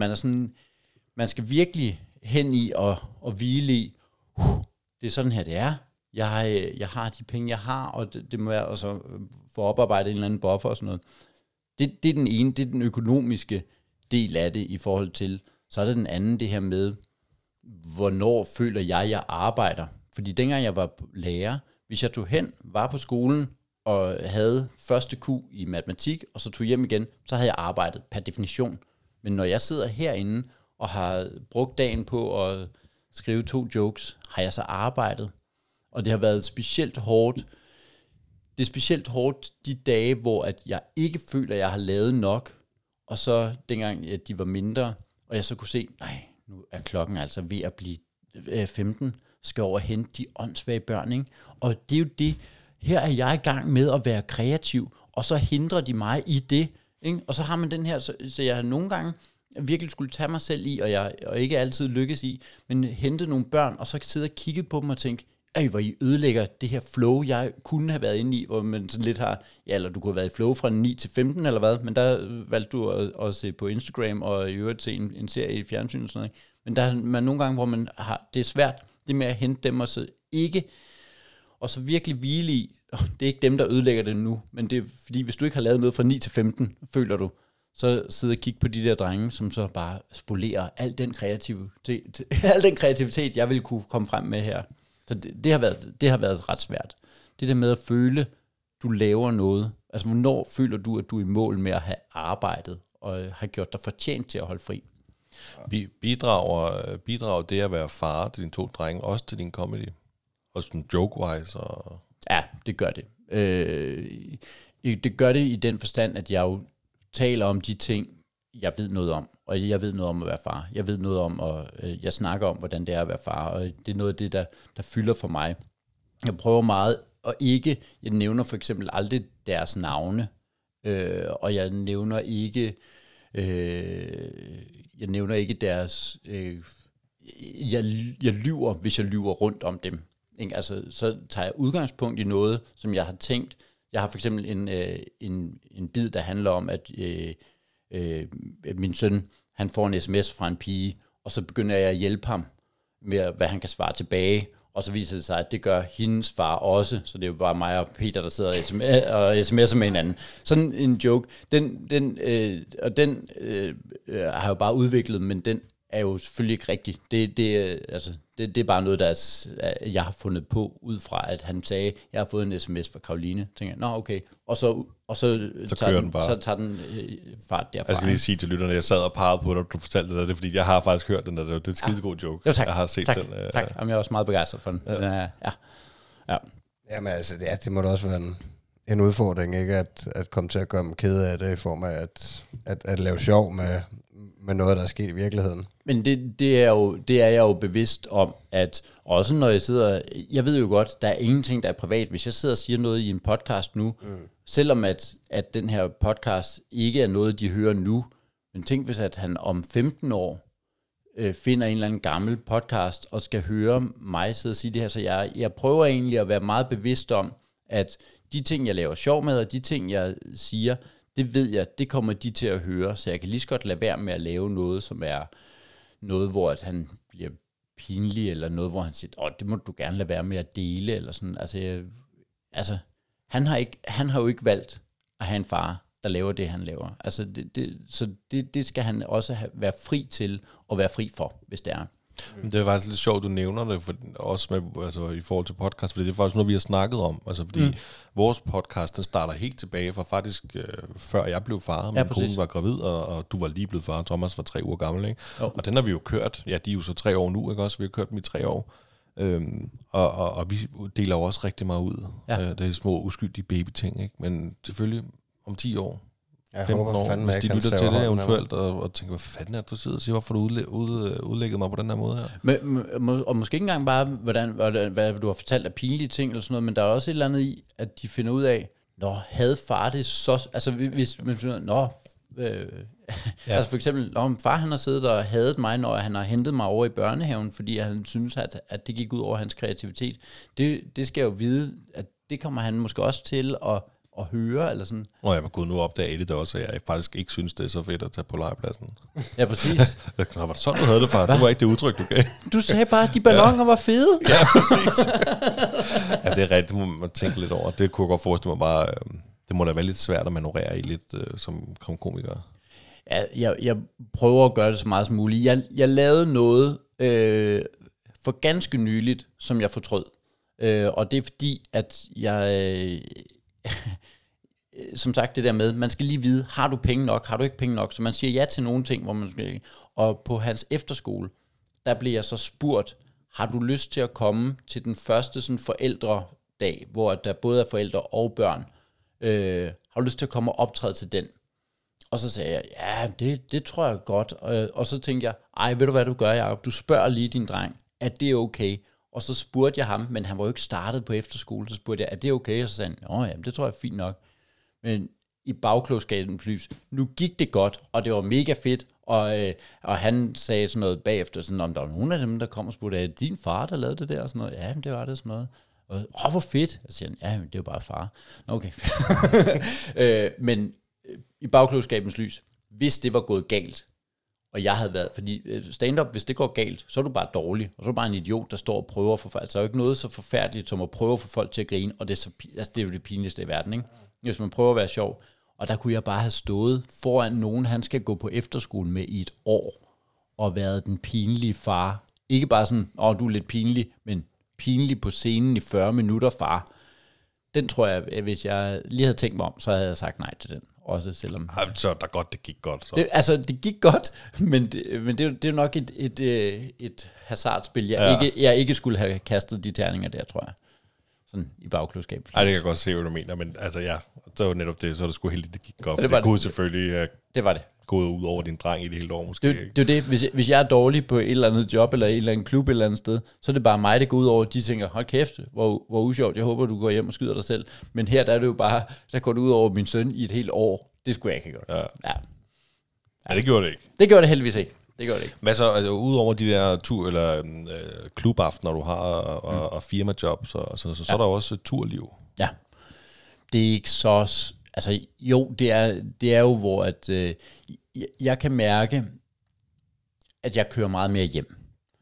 man skal virkelig hen i og hvile i, det er sådan her, det er. Jeg har de penge, jeg har, og det må være, og så få oparbejdet en eller anden buffer og sådan noget. Det er den ene, det er den økonomiske del af det i forhold til. Så er det den anden, det her med, hvornår føler jeg arbejder. Fordi dengang jeg var lærer, hvis jeg tog hen, var på skolen og havde første Q i matematik, og så tog hjem igen, så havde jeg arbejdet per definition. Men når jeg sidder herinde og har brugt dagen på at skrive 2 jokes, har jeg så arbejdet. Og det har været specielt hårdt. Det er specielt hårdt de dage, hvor at jeg ikke føler, at jeg har lavet nok, og så dengang at de var mindre, og jeg så kunne se, nej, nu er klokken altså ved at blive 15, skal over og hente de åndssvage børn, ikke? Og det er jo det, her er jeg i gang med at være kreativ, og så hindrer de mig i det, ikke? Og så har man den her, så jeg har nogle gange virkelig skulle tage mig selv i, og ikke altid lykkes i, men hente nogle børn, og så sidde og kigge på dem og tænke, hvor I ødelægger det her flow, jeg kunne have været inde i, hvor man sådan lidt har, ja, eller du kunne have været i flow fra 9 til 15 eller hvad, men der valgte du at se på Instagram, og i øvrigt se en serie i fjernsyn og sådan noget. Men der er man nogle gange, hvor man har, det er svært, det med at hente dem, og så ikke, og så virkelig hvile i, det er ikke dem, der ødelægger det nu, men det er fordi, hvis du ikke har lavet noget fra 9 til 15, føler du, så sidder og kigge på de der drenge, som så bare spolerer al den kreativitet, jeg ville kunne komme frem med her. Så det har været ret svært. Det der med at føle, du laver noget. Altså, hvornår føler du, at du er i mål med at have arbejdet, og har gjort dig fortjent til at holde fri? Bidrager det at være far til dine 2 drenge, også til din comedy? Også sådan joke-wise? Og Ja, det gør det. Det gør det i den forstand, at jeg jo taler om de ting, jeg ved noget om, og jeg ved noget om at være far. Jeg ved noget om, og jeg snakker om, hvordan det er at være far, og det er noget af det, der fylder for mig. Jeg prøver meget, og jeg nævner for eksempel aldrig deres navne, og jeg nævner ikke deres, jeg lyver, hvis jeg lyver rundt om dem. Ikke? Altså, så tager jeg udgangspunkt i noget, som jeg har tænkt. Jeg har for eksempel en bid, der handler om, at min søn, han får en sms fra en pige, og så begynder jeg at hjælpe ham med, hvad han kan svare tilbage, og så viser det sig, at det gør hendes far også, så det er jo bare mig og Peter, der sidder og sms'er med hinanden. Sådan en joke, den har jeg jo bare udviklet, men den er jo selvfølgelig ikke rigtig. Det er bare noget, jeg har fundet på, ud fra, at han sagde, jeg har fået en sms fra Karoline. Tænker jeg, nå okay. Og så tager den fart derfra. Jeg skal lige sige til lytterne, jeg sad og pegede på dig, du fortalte det, fordi jeg har faktisk hørt den der. Det er en skidegod joke. Jo, tak. Jeg har set tak, den. Tak. Jamen, jeg er også meget begejstret for den. Ja. Jamen altså, det må da også være en udfordring, ikke? At komme til at gøre dem kede af det, i form af at lave sjov med noget, der er sket i virkeligheden. Men det er jeg jo bevidst om, at også når jeg sidder, jeg ved jo godt, der er ingenting, der er privat. Hvis jeg sidder og siger noget i en podcast nu, selvom at den her podcast ikke er noget, de hører nu, men tænk hvis, at han om 15 år finder en eller anden gammel podcast, og skal høre mig sidde og sige det her, så jeg prøver egentlig at være meget bevidst om, at de ting, jeg laver sjov med, og de ting, jeg siger, det ved jeg, det kommer de til at høre, så jeg kan lige så godt lade være med at lave noget, som er noget, hvor at han bliver pinlig, eller noget, hvor han siger, det må du gerne lade være med at dele, eller sådan. Altså, han har jo ikke valgt at have en far, der laver det, han laver. Altså, så det skal han også være fri til, og være fri for, hvis det er. Det er faktisk lidt sjovt, du nævner det, for, også med, altså, i forhold til podcast, fordi det er faktisk noget, vi har snakket om. Altså, fordi vores podcast, den starter helt tilbage fra faktisk før jeg blev far. Min kone var gravid, og du var lige blevet far. Thomas var 3 uger gammel, ikke? Og den har vi jo kørt. Ja, de er jo så 3 år nu, ikke også? Vi har kørt dem i 3 år. Og vi deler jo også rigtig meget ud. Det er små, uskyldige baby-ting, ikke? Men selvfølgelig om 10 år, 15 år, hvis de lytter til det eventuelt, og tænker, hvad fanden er det, du sidder og siger, hvorfor du udlægget mig på den her måde her? Og måske ikke engang bare, hvad du har fortalt af pinlige ting, eller sådan noget, men der er også et eller andet i, at de finder ud af, havde far det så... Altså, hvis man finder altså for eksempel, om far han har siddet og hadet mig, når han har hentet mig over i børnehaven, fordi han synes, at det gik ud over hans kreativitet. Det skal jeg jo vide, at det kommer han måske også til at høre, eller sådan. Jeg var gået nu opdage det også, at jeg faktisk ikke synes, det er så fedt at tage på legepladsen. Ja, præcis. Var det sådan, du havde det, far? Det var ikke det udtryk, du gav. Du sagde bare, at de balloner var fede. Ja, præcis. Ja, det er rigtigt, det må man tænke lidt over. Det kunne jeg godt forestille mig bare, det må da være lidt svært at manøvrere i lidt som komiker. Ja, jeg prøver at gøre det så meget som muligt. Jeg lavede noget for ganske nyligt, som jeg fortrød. Og det er fordi, at jeg... som sagt det der med, man skal lige vide, har du penge nok, har du ikke penge nok, så man siger ja til nogle ting, hvor man skal. Og på hans efterskole, der blev jeg så spurgt, har du lyst til at komme til den første sådan forældredag, hvor der både er forældre og børn, har du lyst til at komme og optræde til den? Og så sagde jeg, ja, det tror jeg godt, og så tænkte jeg, ved du hvad du gør, Jacob, du spørger lige din dreng, at det er okay. Og så spurgte jeg ham, men han var jo ikke startet på efterskole, så spurgte jeg, er det okay? Og så sagde han, ja, det tror jeg er fint nok. Men i bagklogskabens lys, nu gik det godt, og det var mega fedt, og han sagde sådan noget bagefter, sådan, om der var nogen af dem, der kom og spurgte, er det din far, der lavede det der? Og sådan noget. Ja, det var det sådan noget. Og hvor fedt. Og så siger han, ja, det er jo bare far. Okay. Men i bagklogskabens lys, hvis det var gået galt, og jeg havde været, fordi stand-up, hvis det går galt, så er du bare dårlig, og så er du bare en idiot, der står og prøver for folk. Altså, der er jo ikke noget så forfærdeligt, som at prøve at få folk til at grine, og det er jo det pinligste i verden, ikke? Hvis man prøver at være sjov, og der kunne jeg bare have stået foran nogen, han skal gå på efterskole med i et år, og været den pinlige far. Ikke bare sådan, du er lidt pinlig, men pinlig på scenen i 40 minutter, far. Den tror jeg, hvis jeg lige havde tænkt mig om, så havde jeg sagt nej til den. Også selvom... Så der godt, det gik godt. Så. Det gik godt, men det er nok et hasardspil, jeg ikke skulle have kastet de terninger der, tror jeg. Sådan i bagklodskab. Det kan jeg godt se, hvad du mener, men altså ja, så var netop det, så er det sgu heldigt, det gik godt. Det kunne selvfølgelig det var det. Gået ud over din dreng i det hele år, måske. Det er det, hvis jeg er dårlig på et eller andet job, eller et eller andet klub et eller andet sted, så er det bare mig, det går ud over, de tænker, hold kæft, hvor usjovt, jeg håber, du går hjem og skyder dig selv. Men her, der er det jo bare, der går det ud over min søn i et helt år. Det skulle jeg ikke have gjort. Ja, det gjorde det ikke. Det gjorde det heldigvis ikke. Det gør det ikke. Hvad så, altså udover de der klubaftener, du har, og firmajob, så er der også turliv. Ja. Det er ikke så... Altså jo, det er jo, hvor at, jeg kan mærke, at jeg kører meget mere hjem.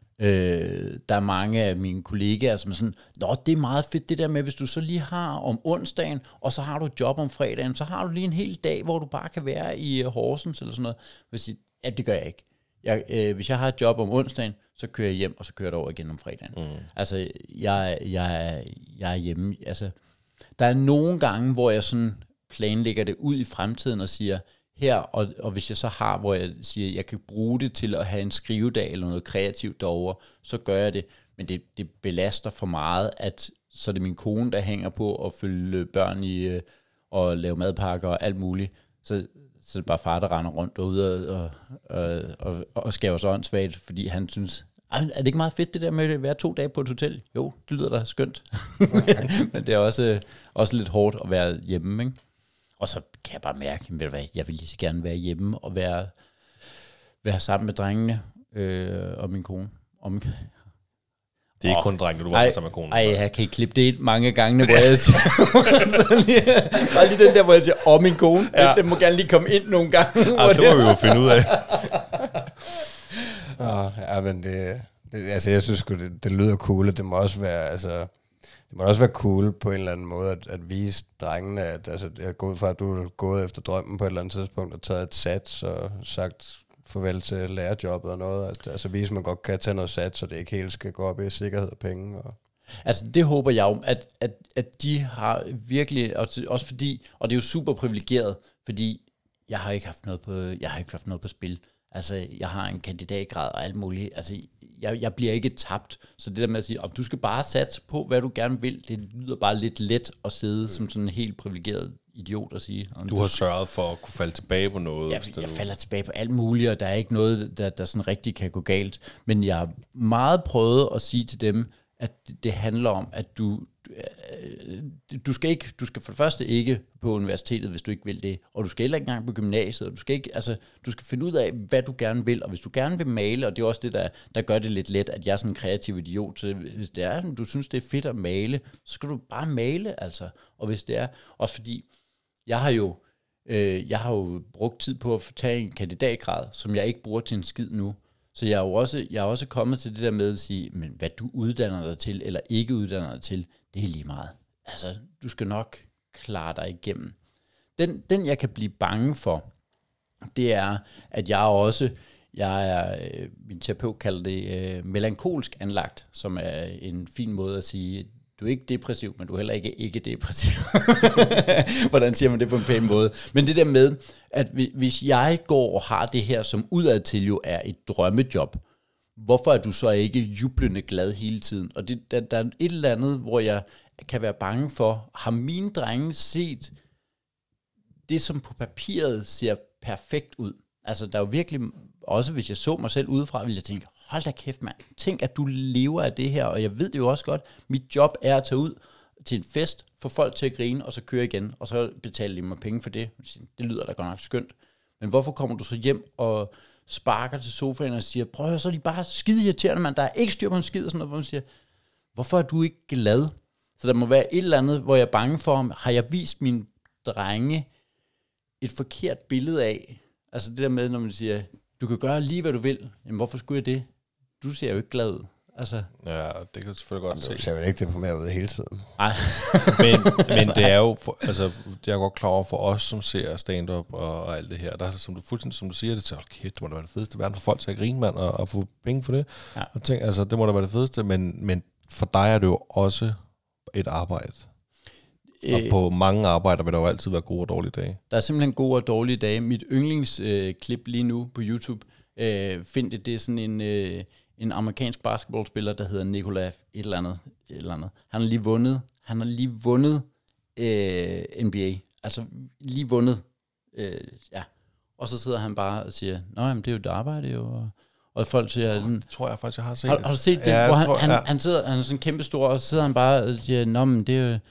Der er mange af mine kollegaer, som er sådan, det er meget fedt det der med, hvis du så lige har om onsdagen, og så har du et job om fredagen, så har du lige en hel dag, hvor du bare kan være i Horsens eller sådan noget. Ja, det gør jeg ikke. Hvis jeg har et job om onsdagen, så kører jeg hjem, og så kører jeg over igen om fredagen. Altså, jeg er hjemme. Altså, der er nogle gange, hvor jeg sådan planlægger det ud i fremtiden og siger, her, og hvis jeg så har, hvor jeg siger, jeg kan bruge det til at have en skrivedag eller noget kreativt derovre, så gør jeg det. Men det belaster for meget, at så er det min kone, der hænger på at følge børn i og lave madpakker og alt muligt. Så er det bare far, der render rundt derude og skæver sig åndssvagt, fordi han synes, er det ikke meget fedt det der med at være 2 dage på et hotel? Jo, det lyder da skønt. Men det er også lidt hårdt at være hjemme, ikke? Og så kan jeg bare mærke, jeg vil lige så gerne være hjemme og være sammen med drengene og min kone. Det er ikke kun drengene, du var sammen med konen. Jeg kan ikke klippe det ind mange gange, hvor jeg siger, bare lige den der, hvor jeg siger, min kone, den må gerne lige komme ind nogle gange. Det må vi jo finde ud af. Men det altså jeg synes det lyder cool, det må også være, altså... Det må også være cool på en eller anden måde at vise drengene, at altså, jeg går ud fra, at du er gået efter drømmen på et eller andet tidspunkt og taget et sats og sagt farvel til lærerjobbet og noget, altså vise, at man godt kan tage noget sats, så det ikke helt skal gå op i sikkerhed og penge. Og altså det håber jeg jo, at de har virkelig, også fordi, og det er jo super privilegeret, fordi jeg har ikke haft noget på spil. Altså jeg har en kandidatgrad og alt muligt, altså jeg bliver ikke tabt, så det der med at sige, om du skal bare satse på, hvad du gerne vil, det lyder bare lidt let at sidde som sådan en helt privilegeret idiot at sige. Du har sørget for at kunne falde tilbage på noget. Jeg falder tilbage på alt muligt, og der er ikke noget, der sådan rigtig kan gå galt. Men jeg har meget prøvet at sige til dem, at det handler om, at du skal for det første ikke på universitetet, hvis du ikke vil det, og du skal heller ikke engang på gymnasiet, og du skal finde ud af, hvad du gerne vil, og hvis du gerne vil male, og det er også det, der gør det lidt let, at jeg er sådan en kreativ idiot, så hvis det er, du synes, det er fedt at male, så skal du bare male, altså. Og hvis det er, også fordi, jeg har jo brugt tid på at tage en kandidatgrad, som jeg ikke bruger til en skid nu. Så jeg er også kommet til det der med at sige, men hvad du uddanner dig til, eller ikke uddanner dig til, det er lige meget. Altså, du skal nok klare dig igennem. Den jeg kan blive bange for, det er, at min terapeut kalder det melankolsk anlagt, som er en fin måde at sige, du er ikke depressiv, men du er heller ikke depressiv. Hvordan siger man det på en pæn måde? Men det der med, at hvis jeg går og har det her, som udadtil jo er et drømmejob, hvorfor er du så ikke jublende glad hele tiden? Og der er et eller andet, hvor jeg kan være bange for, har mine drenge set det, som på papiret ser perfekt ud? Altså, der er jo virkelig, også hvis jeg så mig selv udefra, ville jeg tænke, hold da kæft, mand. Tænk, at du lever af det her, og jeg ved det jo også godt. Mit job er at tage ud til en fest, få folk til at grine, og så køre igen, og så betaler de mig penge for det. Det lyder da godt nok skønt. Men hvorfor kommer du så hjem og sparker til sofaen og siger, prøv så er de bare skide irriterende, mand. Der er ikke styr på en skid, og sådan noget, hvor man siger, hvorfor er du ikke glad? Så der må være et eller andet, hvor jeg er bange for, har jeg vist mine drenge et forkert billede af, altså det der med, når man siger, du kan gøre lige, hvad du vil. Jamen, hvorfor skulle jeg det? Du ser jo ikke glad ud. Altså. Ja, det kan jeg selvfølgelig godt se. Du ser jo ikke deprimeret ud hele tiden. Nej. men det er jo, det er godt klar over for os, som ser stand-up og alt det her. Der er, som du siger, det så kæft, det må da være det fedeste i verden for folk til at grine, mand, og få penge for det. Ja. Og tænk, altså, det må da være det fedeste, men for dig er det jo også et arbejde. Og på mange arbejder vil der jo altid være gode og dårlige dage. Der er simpelthen gode og dårlige dage. Mit yndlingsklip lige nu på YouTube, find det er sådan en amerikansk basketballspiller, der hedder Nikola et eller andet. Han har lige vundet NBA. Altså lige vundet. Ja. Og så sidder han bare og siger, nå, jamen, det er jo et arbejde jo. Og folk siger sådan, det tror jeg faktisk, jeg har set. Har du set det? Ja, hvor han sidder, han er sådan kæmpestor, og så sidder han bare og siger, nå, men det er jo...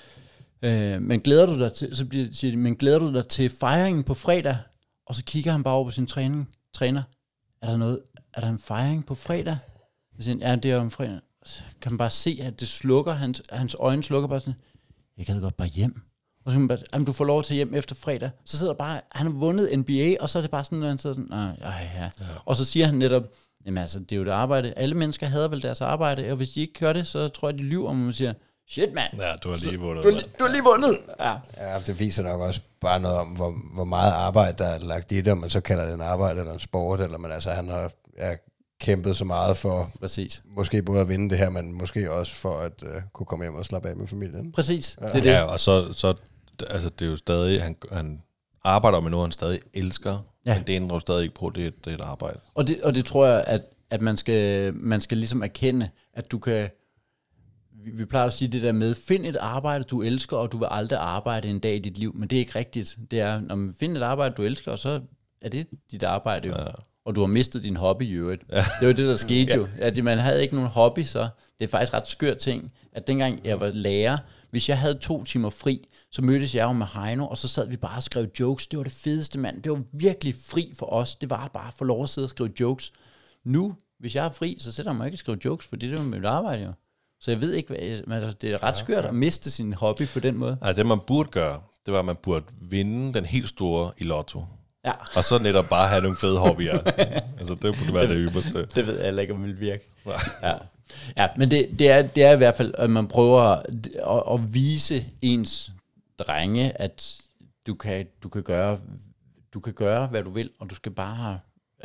men glæder du dig til, så siger de, men glæder du dig til fejringen på fredag? Og så kigger han bare over på sin træner. Er der en fejring på fredag? Så siger han, ja, det er om fredag. Så kan man bare se, at det slukker, hans øjne slukker bare sådan, jeg gad godt bare hjem. Og så kan man bare, jamen, du får lov til hjem efter fredag. Så sidder der bare, han har vundet NBA, og så er det bare sådan, at han sidder sådan, ja. Og så siger han netop, jamen altså, det er jo det arbejde. Alle mennesker hader vel deres arbejde, og hvis de ikke gør det, så tror jeg, de lyver, og man siger, shit, mand. Ja, du har lige vundet. Du har lige vundet. Ja, det viser nok også bare noget om, hvor meget arbejde, der er lagt i det, om man så kalder det en arbejde eller en sport, eller man altså, han har kæmpet så meget for præcis. Måske både at vinde det her, men måske også for at kunne komme hjem og slappe af med familien. Præcis. Ja. Det er det. Ja, og så altså, det er jo stadig, han arbejder med noget, han stadig elsker, men det ændrer jo stadig ikke på, det er et arbejde. Og det tror jeg, at man skal ligesom erkende, at du kan... Vi plejer at sige det der med, find et arbejde, du elsker, og du vil aldrig arbejde en dag i dit liv. Men det er ikke rigtigt. Det er, når man finder et arbejde, du elsker, og så er det dit arbejde jo. Ja. Og du har mistet din hobby i øvrigt. Ja. Det var det, der skete jo. At man havde ikke nogen hobby, så det er faktisk ret skør ting. At dengang jeg var lærer, hvis jeg havde 2 timer fri, så mødtes jeg jo med Heino, og så sad vi bare og skrev jokes. Det var det fedeste, mand. Det var virkelig fri for os. Det var bare at få lov at sidde og skrive jokes. Nu, hvis jeg er fri, så sætter jeg mig ikke at skrive jokes, for det er jo mit arbejde jo. Så jeg ved ikke, det er ret skørt at miste sin hobby på den måde. Ja, det man burde gøre, det var, at man burde vinde den helt store i lotto. Ja. Og så netop bare have nogle fede hobbyer. Altså, det burde være det ypperste. Det ved jeg ikke, om det vil virke. Ja, men det er i hvert fald, at man prøver at vise ens drenge, at du kan gøre, hvad du vil, og du skal bare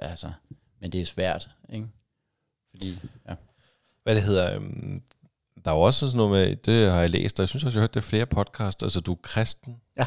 altså, men det er svært, ikke? Fordi, ja. Hvad det hedder, der er jo også sådan noget med, det har jeg læst, og jeg synes også, jeg har hørt det flere podcasts, altså du er kristen. Ja.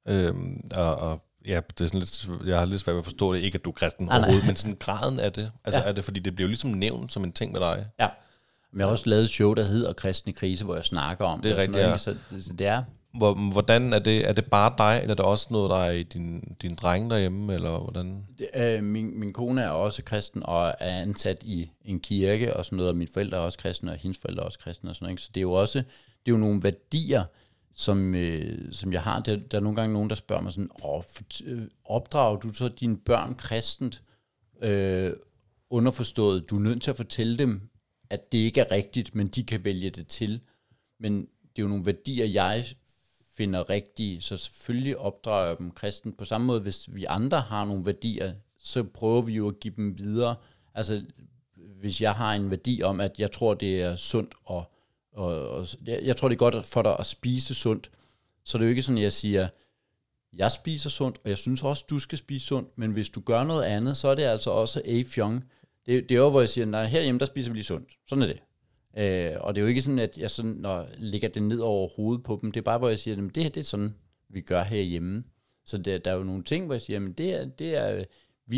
Og ja, det er sådan lidt, jeg har lidt svært ved at forstå det, ikke at du er kristen overhovedet, men sådan graden af det, altså er det, fordi det bliver jo ligesom nævnt som en ting med dig. Ja, men jeg har også lavet et show, der hedder Kristne Krise, hvor jeg snakker om det. Er rigtigt, ja. Så det er... Hvordan er det bare dig, eller er det også noget, der er i din dreng derhjemme, eller hvordan? Min kone er også kristen, og er ansat i en kirke, og sådan noget, og mine forældre er også kristne, og hendes forældre er også kristne, og sådan noget, så det er jo også, det er jo nogle værdier, som jeg har. Der er nogle gange nogen, der spørger mig sådan, opdrager du så dine børn kristent, underforstået, du er nødt til at fortælle dem, at det ikke er rigtigt, men de kan vælge det til. Men det er jo nogle værdier, jeg finder rigtige, så selvfølgelig opdrager jeg dem kristent. På samme måde, hvis vi andre har nogle værdier, så prøver vi jo at give dem videre. Altså, hvis jeg har en værdi om, at jeg tror, det er sundt, og jeg tror, det er godt for dig at spise sundt, så det er jo ikke sådan, at jeg siger, jeg spiser sundt, og jeg synes også, du skal spise sundt, men hvis du gør noget andet, så er det altså også A-fjong. Det er jo, hvor jeg siger, nej, herhjemme, der spiser vi lige sundt. Sådan er det. Og det er jo ikke sådan, at jeg sådan, lægger det ned over hovedet på dem. Det er bare, hvor jeg siger, at det her, det er sådan, vi gør herhjemme. Så der er jo nogle ting, hvor jeg siger, at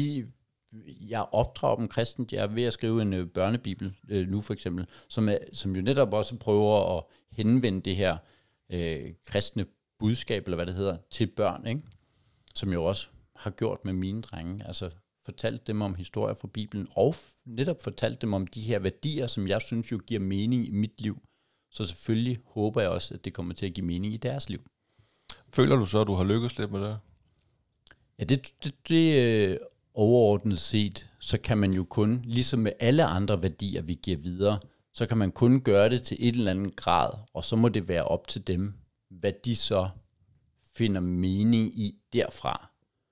jeg opdrager dem kristent. Jeg er ved at skrive en børnebibel nu for eksempel, som jo netop også prøver at henvende det her kristne budskab, eller hvad det hedder, til børn, ikke? Som jo også har gjort med mine drenge. Altså fortalt dem om historier fra Bibelen, og netop fortalt dem om de her værdier, som jeg synes jo giver mening i mit liv. Så selvfølgelig håber jeg også, at det kommer til at give mening i deres liv. Føler du så, at du har lykkes lidt med det? Ja, det overordnet set, så kan man jo kun, ligesom med alle andre værdier, vi giver videre, så kan man kun gøre det til et eller andet grad, og så må det være op til dem, hvad de så finder mening i derfra.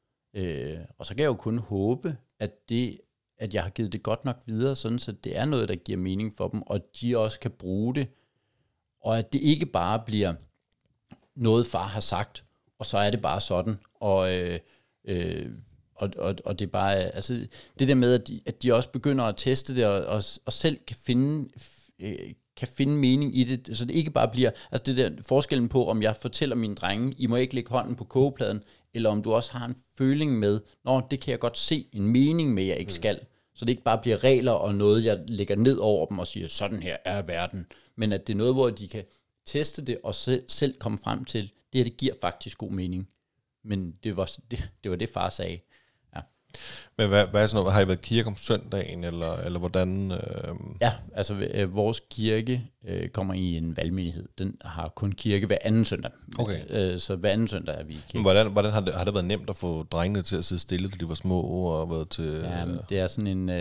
Og så kan jeg jo kun håbe, at jeg har givet det godt nok videre, sådan så det er noget, der giver mening for dem, og de også kan bruge det, og at det ikke bare bliver noget far har sagt, og så er det bare sådan, og det er bare, altså det der med, at de også begynder at teste det, og selv kan finde mening i det, så det ikke bare bliver, altså det der forskellen på, om jeg fortæller mine drenge, I må ikke lægge hånden på kogepladen, eller om du også har en føling med, det kan jeg godt se en mening med, jeg ikke skal, så det ikke bare bliver regler og noget, jeg lægger ned over dem og siger, sådan her er verden, men at det er noget, hvor de kan teste det og selv komme frem til, det her, det giver faktisk god mening, men det var det far sagde. Ja. Men hvad er sådan noget, har I været kirke om søndagen, eller hvordan? Ja, altså vores kirke kommer i en valgmenighed. Den har kun kirke hver anden søndag. Okay. Så hver anden søndag er vi i kirke. Hvordan har det været nemt at få drengene til at sidde stille, da de var små, og været til... Ja, det er sådan en...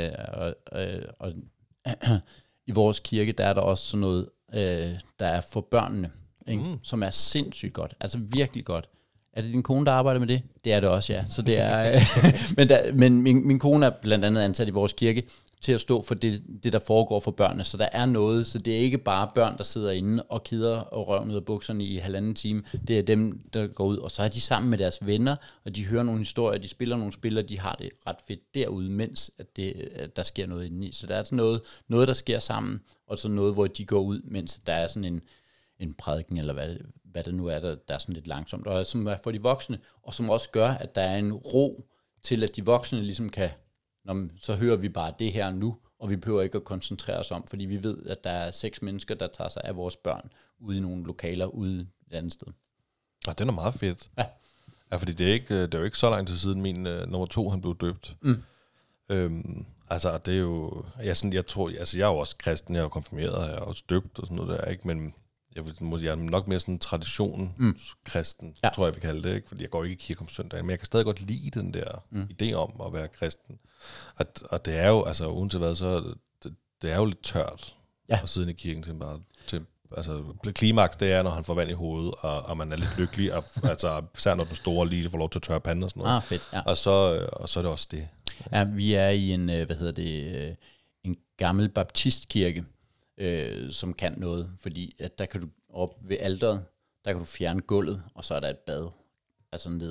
i vores kirke, der er der også sådan noget, der er for børnene, ikke? Som er sindssygt godt. Altså virkelig godt. Er det din kone, der arbejder med det? Det er det også, ja. Så det er, men min kone er blandt andet ansat i vores kirke til at stå for det, der foregår for børnene. Så der er noget, så det er ikke bare børn, der sidder inde og keder og røven ud af bukserne i 1,5 time. Det er dem, der går ud, og så er de sammen med deres venner, og de hører nogle historier, de spiller nogle spil, og de har det ret fedt derude, mens at der sker noget indeni. Så der er sådan noget, der sker sammen, og så noget, hvor de går ud, mens der er sådan en prædiken, eller hvad det nu er, der er sådan lidt langsomt, og som er for de voksne, og som også gør, at der er en ro til, at de voksne ligesom kan, så hører vi bare det her nu, og vi behøver ikke at koncentrere os om, fordi vi ved, at der er 6 mennesker, der tager sig af vores børn, ude i nogle lokaler, ude et andet sted. Og det er meget fedt. Ja. Ja, fordi det er jo ikke så lang tid siden min nummer 2, han blev døbt. Altså, det er jo... Jeg tror, jeg er jo også kristen, jeg er jo konfirmeret, jeg er også døbt og sådan noget der, ikke? Men jeg er nok mere sådan traditionskristen, tror jeg, vi kalder det, ikke? Fordi jeg går ikke i kirke om søndagen, men jeg kan stadig godt lide den der idé om at være kristen. Og det er jo, altså uanset hvad, så det er jo lidt tørt at sidde i kirken til altså klimaks, det er, når han får vand i hovedet, og man er lidt lykkelig, og, altså især når den store lige får lov til at tørre panden og sådan noget. Fedt, ja. Og så er det også det. Ja, vi er i en, en gammel baptistkirke, som kan noget, fordi at der kan du op ved alteret, der kan du fjerne gulvet, og så er der et bad, altså nede.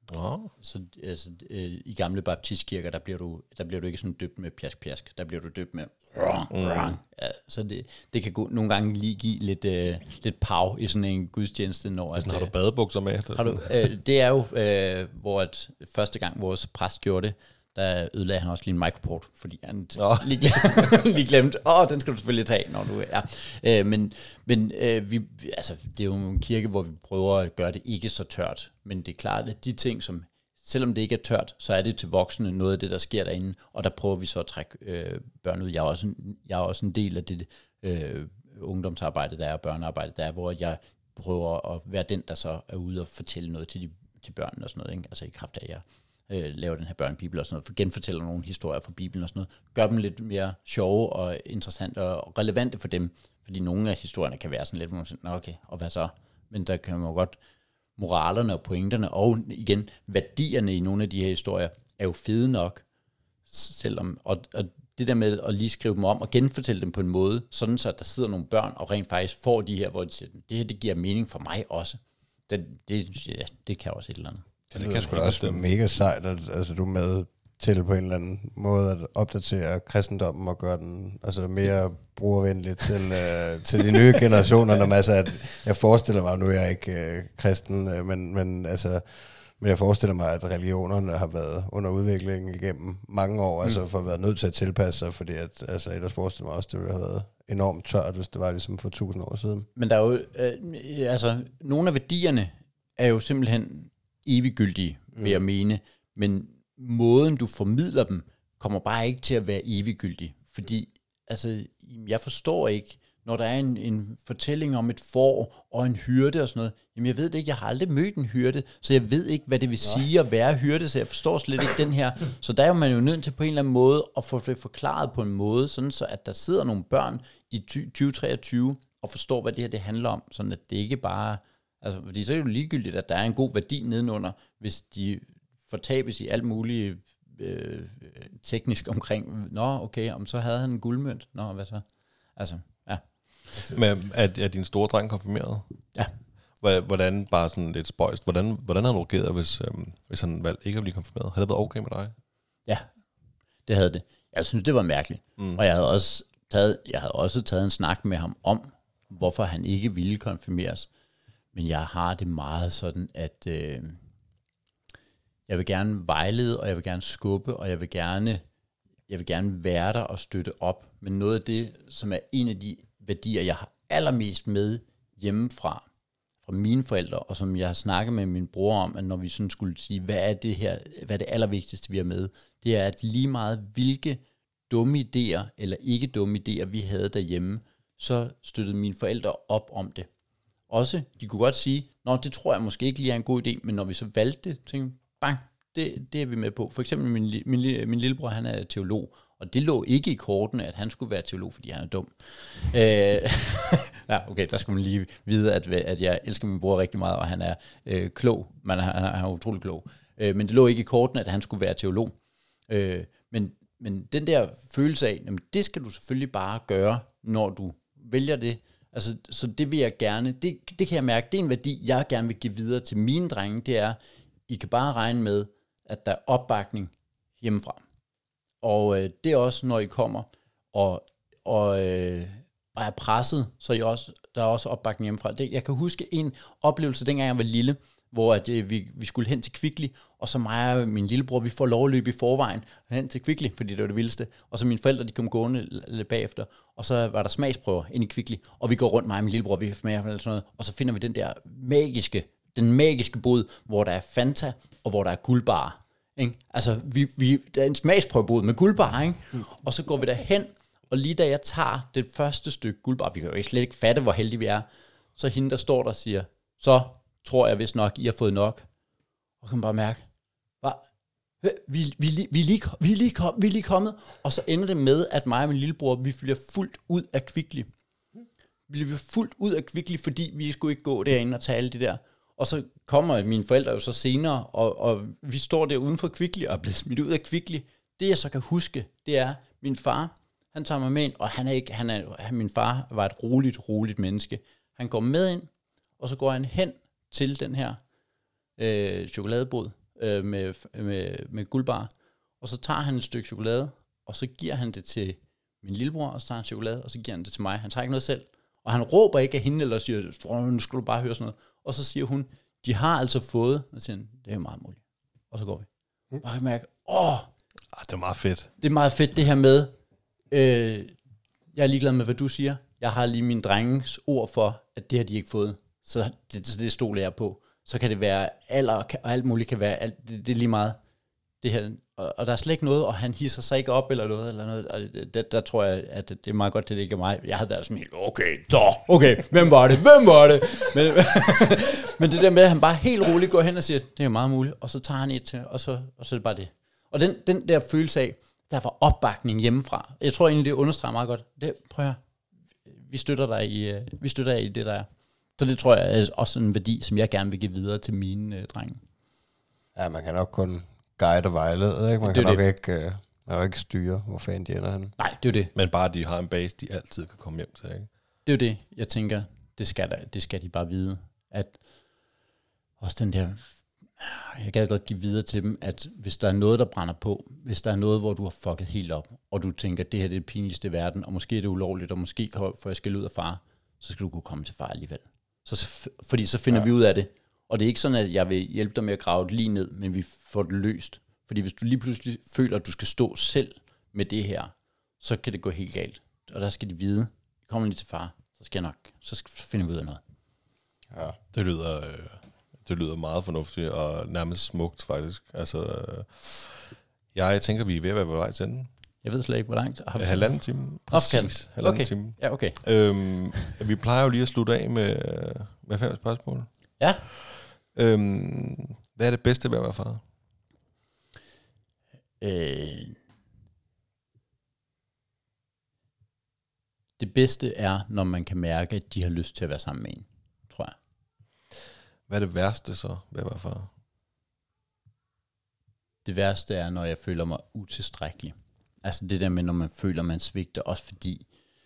Så altså, i gamle baptistkirker, der bliver du ikke sådan døbt med pjask, der bliver du døbt med ja, så det kan nogle gange lige give lidt pav i sådan en gudstjeneste. Når har du badebukser med? Det er jo, hvor at første gang vores præst gjorde det, der ødelagde han også lige en microport, fordi han lige glemte, den skal du selvfølgelig tage, når du er. Men altså, det er jo en kirke, hvor vi prøver at gøre det ikke så tørt, men det er klart, at de ting, som selvom det ikke er tørt, så er det til voksne noget af det, der sker derinde, og der prøver vi så at trække børn ud. Jeg er også en del af det ungdomsarbejde, der er, og børnearbejde, der er, hvor jeg prøver at være den, der så er ude og fortælle noget til børnene og sådan noget, ikke? Altså i kraft af, jeg laver den her børnebibel og sådan noget, for genfortæller nogle historier fra Bibelen og sådan noget, gør dem lidt mere sjove og interessante og relevante for dem, fordi nogle af historierne kan være sådan lidt, hvor man siger, okay, og hvad så? Men der kan man jo godt, moralerne og pointerne, og igen, værdierne i nogle af de her historier, er jo fede nok, selvom, og det der med at lige skrive dem om, og genfortælle dem på en måde, sådan så, at der sidder nogle børn, og rent faktisk får de her, hvor de siger, det her, det giver mening for mig også. Det kan også et eller andet. Ja, det kan sgu da også være mega sejt, at altså, du er med til på en eller anden måde at opdatere kristendommen og gøre den altså mere brugervenlig til de nye generationer. Når man, altså, at jeg forestiller mig, nu er jeg ikke kristen, men jeg forestiller mig, at religionerne har været under udvikling igennem mange år, altså for at være nødt til at tilpasse sig, fordi at, altså, ellers forestiller mig også, at det ville have været enormt tørt, hvis det var ligesom for 1000 år siden. Men der er jo, nogle af værdierne er jo simpelthen eviggyldige, vil jeg mene, men måden, du formidler dem, kommer bare ikke til at være eviggyldig. Fordi, altså, jeg forstår ikke, når der er en fortælling om et får og en hyrde og sådan noget, jamen jeg ved det ikke, jeg har aldrig mødt en hyrde, så jeg ved ikke, hvad det vil sige at være hyrde, så jeg forstår slet ikke den her. Så der er man jo nødt til på en eller anden måde at få det forklaret på en måde, sådan så at der sidder nogle børn i 2023 og forstår, hvad det her det handler om, sådan at det ikke bare, altså, fordi så er det jo ligegyldigt, at der er en god værdi nedenunder, hvis de fortabes i alt muligt teknisk omkring, okay, om så havde han en guldmønt, hvad så? Altså, ja. Men er din store dreng konfirmeret? Ja. Hvordan, bare sådan lidt spøjst, hvordan har han reageret, hvis han valgte ikke at blive konfirmeret? Havde det været okay med dig? Ja, det havde det. Jeg synes, det var mærkeligt. Og jeg havde også taget en snak med ham om, hvorfor han ikke ville konfirmeres. Men jeg har det meget sådan, at jeg vil gerne vejlede, og jeg vil gerne skubbe, og jeg vil gerne være der og støtte op. Men noget af det, som er en af de værdier, jeg har allermest med hjemmefra, fra mine forældre, og som jeg har snakket med min bror om, at når vi sådan skulle sige, hvad er det allervigtigste, vi har med, det er, at lige meget hvilke dumme idéer, eller ikke dumme idéer, vi havde derhjemme, så støttede mine forældre op om det. Også, de kunne godt sige, det tror jeg måske ikke lige er en god idé, men når vi så valgte det, tænkte bang, det er vi med på. For eksempel min lillebror, han er teolog, og det lå ikke i kortene, at han skulle være teolog, fordi han er dum. Ja, okay, der skal man lige vide, at jeg elsker min bror rigtig meget, og han er klog. Han er utrolig klog. Men det lå ikke i kortene, at han skulle være teolog. Men den der følelse af, jamen, det skal du selvfølgelig bare gøre, når du vælger det. Altså, så det vil jeg gerne, det kan jeg mærke, det er en værdi, jeg gerne vil give videre til mine drenge, det er, I kan bare regne med, at der er opbakning hjemmefra. Og det er også, når I kommer og er presset, så der er også opbakning hjemmefra. Jeg kan huske en oplevelse, dengang jeg var lille, hvor at, vi skulle hen til Kvickly, og så mig og min lillebror, vi får lov at løbe i forvejen hen til Kvickly, fordi det var det vildeste. Og så mine forældre, de kom gående lidt bagefter, og så var der smagsprøver inde i Kvickly, og vi går rundt, mig og min lillebror, vi smager sådan noget, og så finder vi den magiske bod, hvor der er Fanta, og hvor der er guldbar. Ikke? Altså, der er en smagsprøvebod med guldbar, ikke? Og så går vi derhen, og lige da jeg tager det første stykke guldbar, vi kan jo slet ikke fatte, hvor heldige vi er, så hende, der står der og siger, så tror jeg vist nok, I har fået nok. Og kan man bare mærke, vi er lige kommet, og så ender det med, at mig og min lillebror, vi bliver fuldt ud af Kvickly. Vi bliver fuldt ud af Kvickly, fordi vi skulle ikke gå derinde og tage alle det der. Og så kommer mine forældre jo så senere, og vi står der uden for Kvickly og er blevet smidt ud af Kvickly. Det jeg så kan huske, det er, min far, han tager mig med ind, og min far var et roligt menneske. Han går med ind, og så går han hen til den her chokoladebod, med guldbar, og så tager han et stykke chokolade, og så giver han det til min lillebror, og så tager han chokolade, og så giver han det til mig. Han tager ikke noget selv. Og han råber ikke af hende, eller siger, nu skal du bare høre sådan noget. Og så siger hun, de har altså fået, og siger, det er meget muligt. Og så går vi. Og jeg kan mærke, det er meget fedt. Det er meget fedt det her med, jeg er ligeglad med, hvad du siger. Jeg har lige min drengens ord for, at det har de ikke fået. Så det stoler jeg på. Så kan det være alder, og alt muligt kan være, det er lige meget. Det her, og der er slet ikke noget, og han hisser sig ikke op eller noget. Og der tror jeg, at det er meget godt, det ikke er mig. Jeg havde været sådan helt, okay, hvem var det? Men det der med, at han bare helt roligt går hen og siger, det er meget muligt, og så tager han et til, og så er det bare det. Og den der følelse af, der var opbakning hjemmefra. Jeg tror egentlig, det understreger meget godt. Prøv at høre, vi støtter dig i det, der er. Så det tror jeg er også en værdi, som jeg gerne vil give videre til mine drenge. Ja, man kan nok kun guide og vejlede, ikke? Man kan nok ikke styre, hvor fanden de ender henne. Nej, det er jo det. Men bare, de har en base, de altid kan komme hjem til, ikke? Det er jo det, jeg tænker, det skal de bare vide. At også den der, jeg kan godt give videre til dem, at hvis der er noget, der brænder på, hvis der er noget, hvor du har fucket helt op, og du tænker, det her det er det pinligste i verden, og måske er det ulovligt, og måske får jeg skal ud af far, så skal du kunne komme til far alligevel. Fordi så finder vi ud af det. Og det er ikke sådan, at jeg vil hjælpe dig med at grave det lige ned, men vi får det løst. Fordi hvis du lige pludselig føler, at du skal stå selv med det her, så kan det gå helt galt. Og der skal de vide, kommer lige til far, så finder vi ud af noget. Ja, det lyder meget fornuftigt og nærmest smukt faktisk. Altså, jeg tænker, vi er ved at være på vej til den. Jeg ved slet ikke, hvor langt. Halvanden time. Præcis. Halvanden time. Ja, okay. Vi plejer jo lige at slutte af med 5 spørgsmål. Ja. Hvad er det bedste ved at være far? Det bedste er, når man kan mærke, at de har lyst til at være sammen med en, tror jeg. Hvad er det værste så ved at være far? Det værste er, når jeg føler mig utilstrækkelig. Altså det der med, når man føler, man svigter, også fordi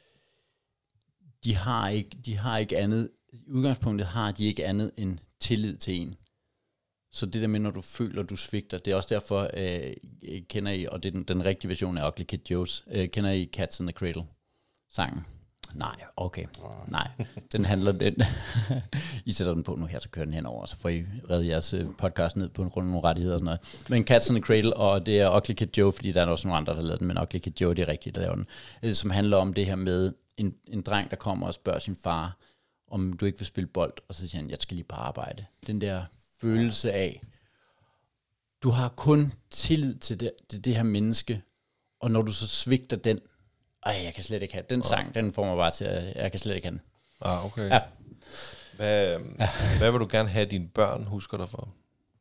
de har ikke andet, i udgangspunktet har de ikke andet end tillid til en. Så det der med, når du føler, du svigter, det er også derfor, kender I, og det er den rigtige version af Ugly Kid Joe's, kender I Cats in the Cradle sangen? Nej, okay. Nej, den handler, I sætter den på nu her, så kører den henover, og så får I reddet jeres podcast ned på en grund af nogle rettigheder og sådan noget. Men Cats in the Cradle, og det er Ugly Kid Joe, fordi der er også nogle andre, der har lavet den, men Ugly Kid Joe, det er rigtigt, der laver den, som handler om det her med en dreng, der kommer og spørger sin far, om du ikke vil spille bold, og så siger han, jeg skal lige på arbejde. Den der følelse af, du har kun tillid til det her menneske, og når du så svigter den, jeg kan slet ikke have den sang, den får mig bare til, jeg kan slet ikke have den. Okay. Ja. Hvad vil du gerne have, at dine børn husker dig for?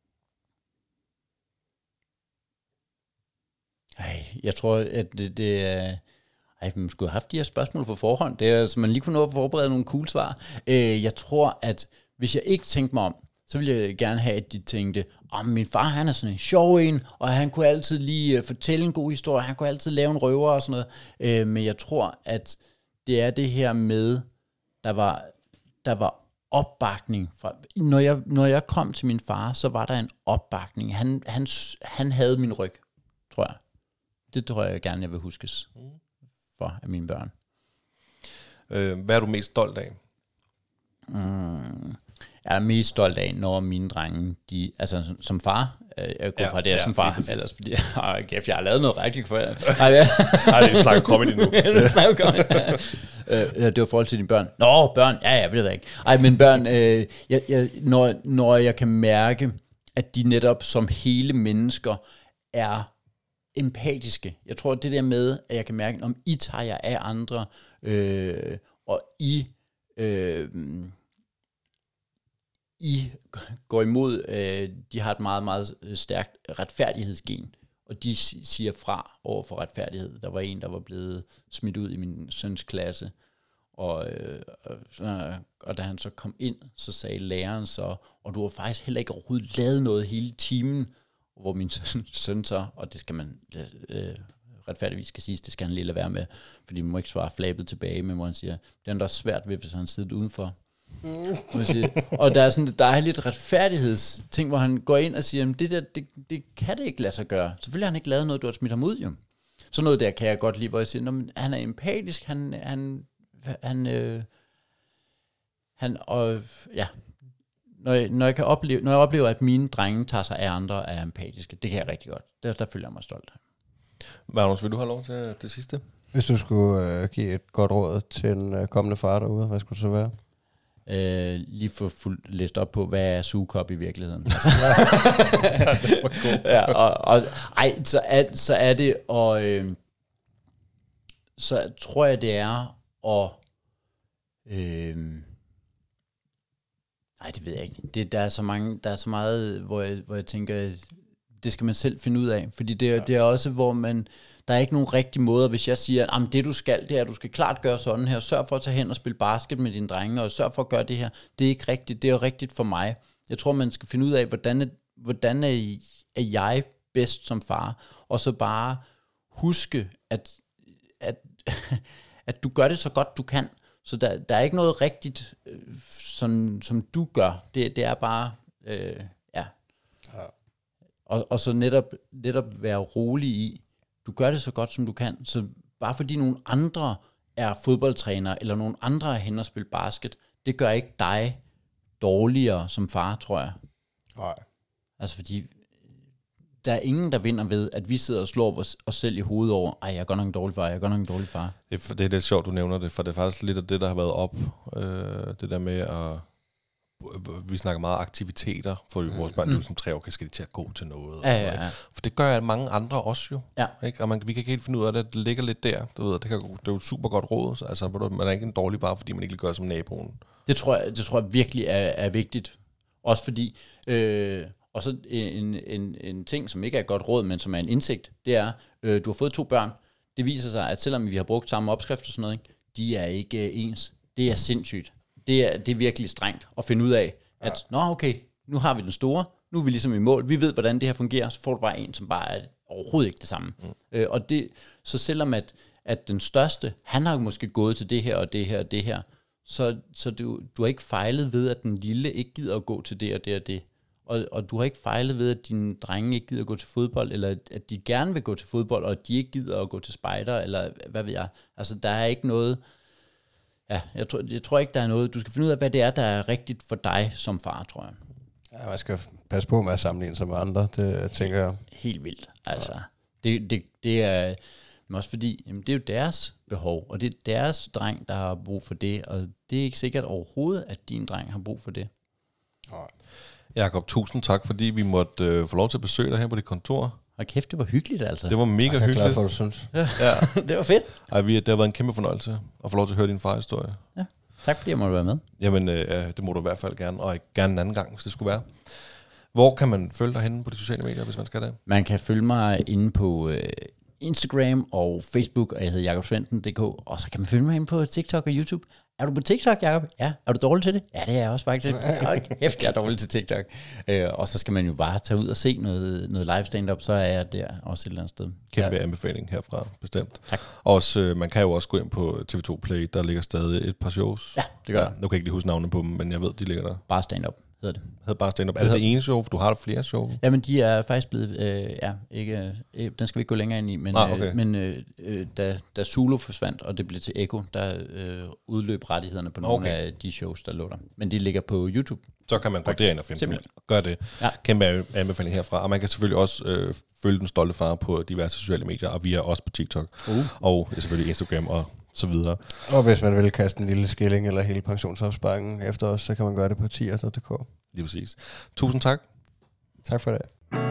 Jeg tror, at det er... man skulle have haft de her spørgsmål på forhånd, det er, så man lige kunne nå at forberede nogle cool svar. Jeg tror, at hvis jeg ikke tænkte mig om, så ville jeg gerne have, at de tænkte, min far, han er sådan en sjov en, og han kunne altid lige fortælle en god historie, han kunne altid lave en røver og sådan noget. Men jeg tror, at det er det her med, der var opbakning. Når jeg kom til min far, så var der en opbakning. Han havde min ryg, tror jeg. Det tror jeg gerne, jeg vil huskes for af mine børn. Hvad er du mest stolt af? Jeg er mest stolt af, når mine drenge, altså som far, jeg går fra det som far, ellers fordi, jeg har lavet noget rigtigt for jer. Nej, det er snakker comedy nu. Det var forhold til dine børn. Nå, børn, ja, ved jeg ikke. Men børn, når jeg kan mærke, at de netop som hele mennesker er empatiske. Jeg tror, det der med, at jeg kan mærke, om I tager jer af andre, og I går imod, de har et meget, meget stærkt retfærdighedsgen, og de siger fra over for retfærdighed. Der var en, der var blevet smidt ud i min søns klasse, og da han så kom ind, så sagde læreren så, og du har faktisk heller ikke overhovedet lavet noget hele timen, hvor min søn så, og det skal man retfærdigvis skal siges, det skal han lige lade være med, fordi man må ikke svare flabet tilbage, men hvor han siger, det er da svært ved, hvis han sidder udenfor. Og der er sådan et dejligt retfærdighedsting, hvor han går ind og siger, det der, det kan det ikke lade sig gøre. Selvfølgelig har han ikke lavet noget, du har smidt ham ud, jo. Sådan noget der kan jeg godt lide, hvor jeg siger, han er empatisk, når jeg oplever, at mine drenge tager sig af andre, er empatiske, det kan jeg rigtig godt. Der føler jeg mig stolt af. Magnus, vil du have lov til det sidste? Hvis du skulle give et godt råd til en kommende far derude, hvad skulle det så være? Lige få læst op på, hvad er sugekop i virkeligheden. Så er det, og så tror jeg, det er, og nej, det ved jeg ikke. Der er så meget, hvor jeg tænker, det skal man selv finde ud af, fordi det er også, hvor der er ikke nogen rigtig måder, hvis jeg siger, at det du skal, det er, at du skal klart gøre sådan her, sørg for at tage hen og spille basket med dine drenge, og sørg for at gøre det her. Det er ikke rigtigt, det er jo rigtigt for mig. Jeg tror, man skal finde ud af, hvordan er jeg bedst som far, og så bare huske, at du gør det så godt du kan. Så der er ikke noget rigtigt, som du gør. Det er bare, Og så netop være rolig i, du gør det så godt, som du kan. Så bare fordi nogle andre er fodboldtræner, eller nogle andre er hen og spille basket, det gør ikke dig dårligere som far, tror jeg. Nej. Altså fordi, der er ingen, der vinder ved, at vi sidder og slår os selv i hovedet over, jeg er godt nok en dårlig far, Det er lidt sjovt, du nævner det, for det er faktisk lidt af det, der har været op. Det der med at... Vi snakker meget aktiviteter, for vores børn, som 3 år, skal de til at gå til noget. Ja. For det gør mange andre også jo. Ja. Ikke? Og vi kan ikke helt finde ud af det, det ligger lidt der. Du ved, det er jo et super godt råd. Altså, man er ikke en dårlig bare, fordi man ikke gør som naboen. Det tror jeg virkelig er vigtigt. Også fordi, og så en ting, som ikke er et godt råd, men som er en indsigt, det er, du har fået 2 børn. Det viser sig, at selvom vi har brugt samme opskrift og sådan noget, ikke, de er ikke ens. Det er sindssygt. Det er virkelig strengt at finde ud af, at okay, nu har vi den store, nu er vi ligesom i mål, vi ved, hvordan det her fungerer, så får du bare en, som bare er overhovedet ikke det samme. Og det, så selvom at den største, han har måske gået til det her og det her og det her, så du har ikke fejlet ved, at den lille ikke gider at gå til det og det og det. Og du har ikke fejlet ved, at dine drenge ikke gider at gå til fodbold, eller at de gerne vil gå til fodbold, og at de ikke gider at gå til spejder, eller hvad ved jeg. Altså, der er ikke noget... Ja, jeg tror ikke, der er noget... Du skal finde ud af, hvad det er, der er rigtigt for dig som far, tror jeg. Ja, man skal passe på med at sammenligne sig med andre, det tænker jeg. Helt vildt, altså. Ja. Det er... Men også fordi, det er jo deres behov, og det er deres dreng, der har brug for det, og det er ikke sikkert overhovedet, at din dreng har brug for det. Nej. Jakob, tusind tak, fordi vi måtte få lov til at besøge dig her på dit kontor. Og kæft, det var hyggeligt, altså. Det var mega hyggeligt. Jeg er glad for, at du synes. Ja. Det var fedt. Det har været en kæmpe fornøjelse at få lov til at høre din farhistorie. Ja, tak fordi jeg måtte være med. Jamen, det må du i hvert fald gerne, og gerne en anden gang, hvis det skulle være. Hvor kan man følge dig henne på de sociale medier, hvis man skal det? Man kan følge mig inde på Instagram og Facebook, og jeg hedder jakobsvendten.dk, og så kan man følge mig inde på TikTok og YouTube. Er du på TikTok, Jacob? Ja. Er du dårlig til det? Ja, det er jeg også faktisk. Hæft, jeg er dårlig til TikTok. Og så skal man jo bare tage ud og se noget live stand-up, så er jeg der også et eller andet sted. Kæmpe anbefaling herfra, bestemt. Tak. Også, man kan jo også gå ind på TV2 Play, der ligger stadig et par shows. Ja, det gør jeg. Nu kan jeg ikke lige huske navnene på dem, men jeg ved, de ligger der. Bare stand-up hedder det. Hedder bare stand-up. Er det ene show, for du har flere show? Jamen, de er faktisk blevet, den skal vi ikke gå længere ind i, men, da Zulu forsvandt, og det blev til Echo, der udløb rettighederne på nogle af de shows, der lå der. Men de ligger på YouTube. Så kan man gå derind og finde dem. Gør det. Ja. Kæmpe anbefaling herfra. Og man kan selvfølgelig også følge Den Stolte Far på diverse sociale medier, og vi er også på TikTok, og selvfølgelig Instagram og så videre. Og hvis man vil kaste en lille skilling eller hele pensionsopsparingen efter os, så kan man gøre det på tier.dk. Lige præcis. Tusind tak. Tak for det.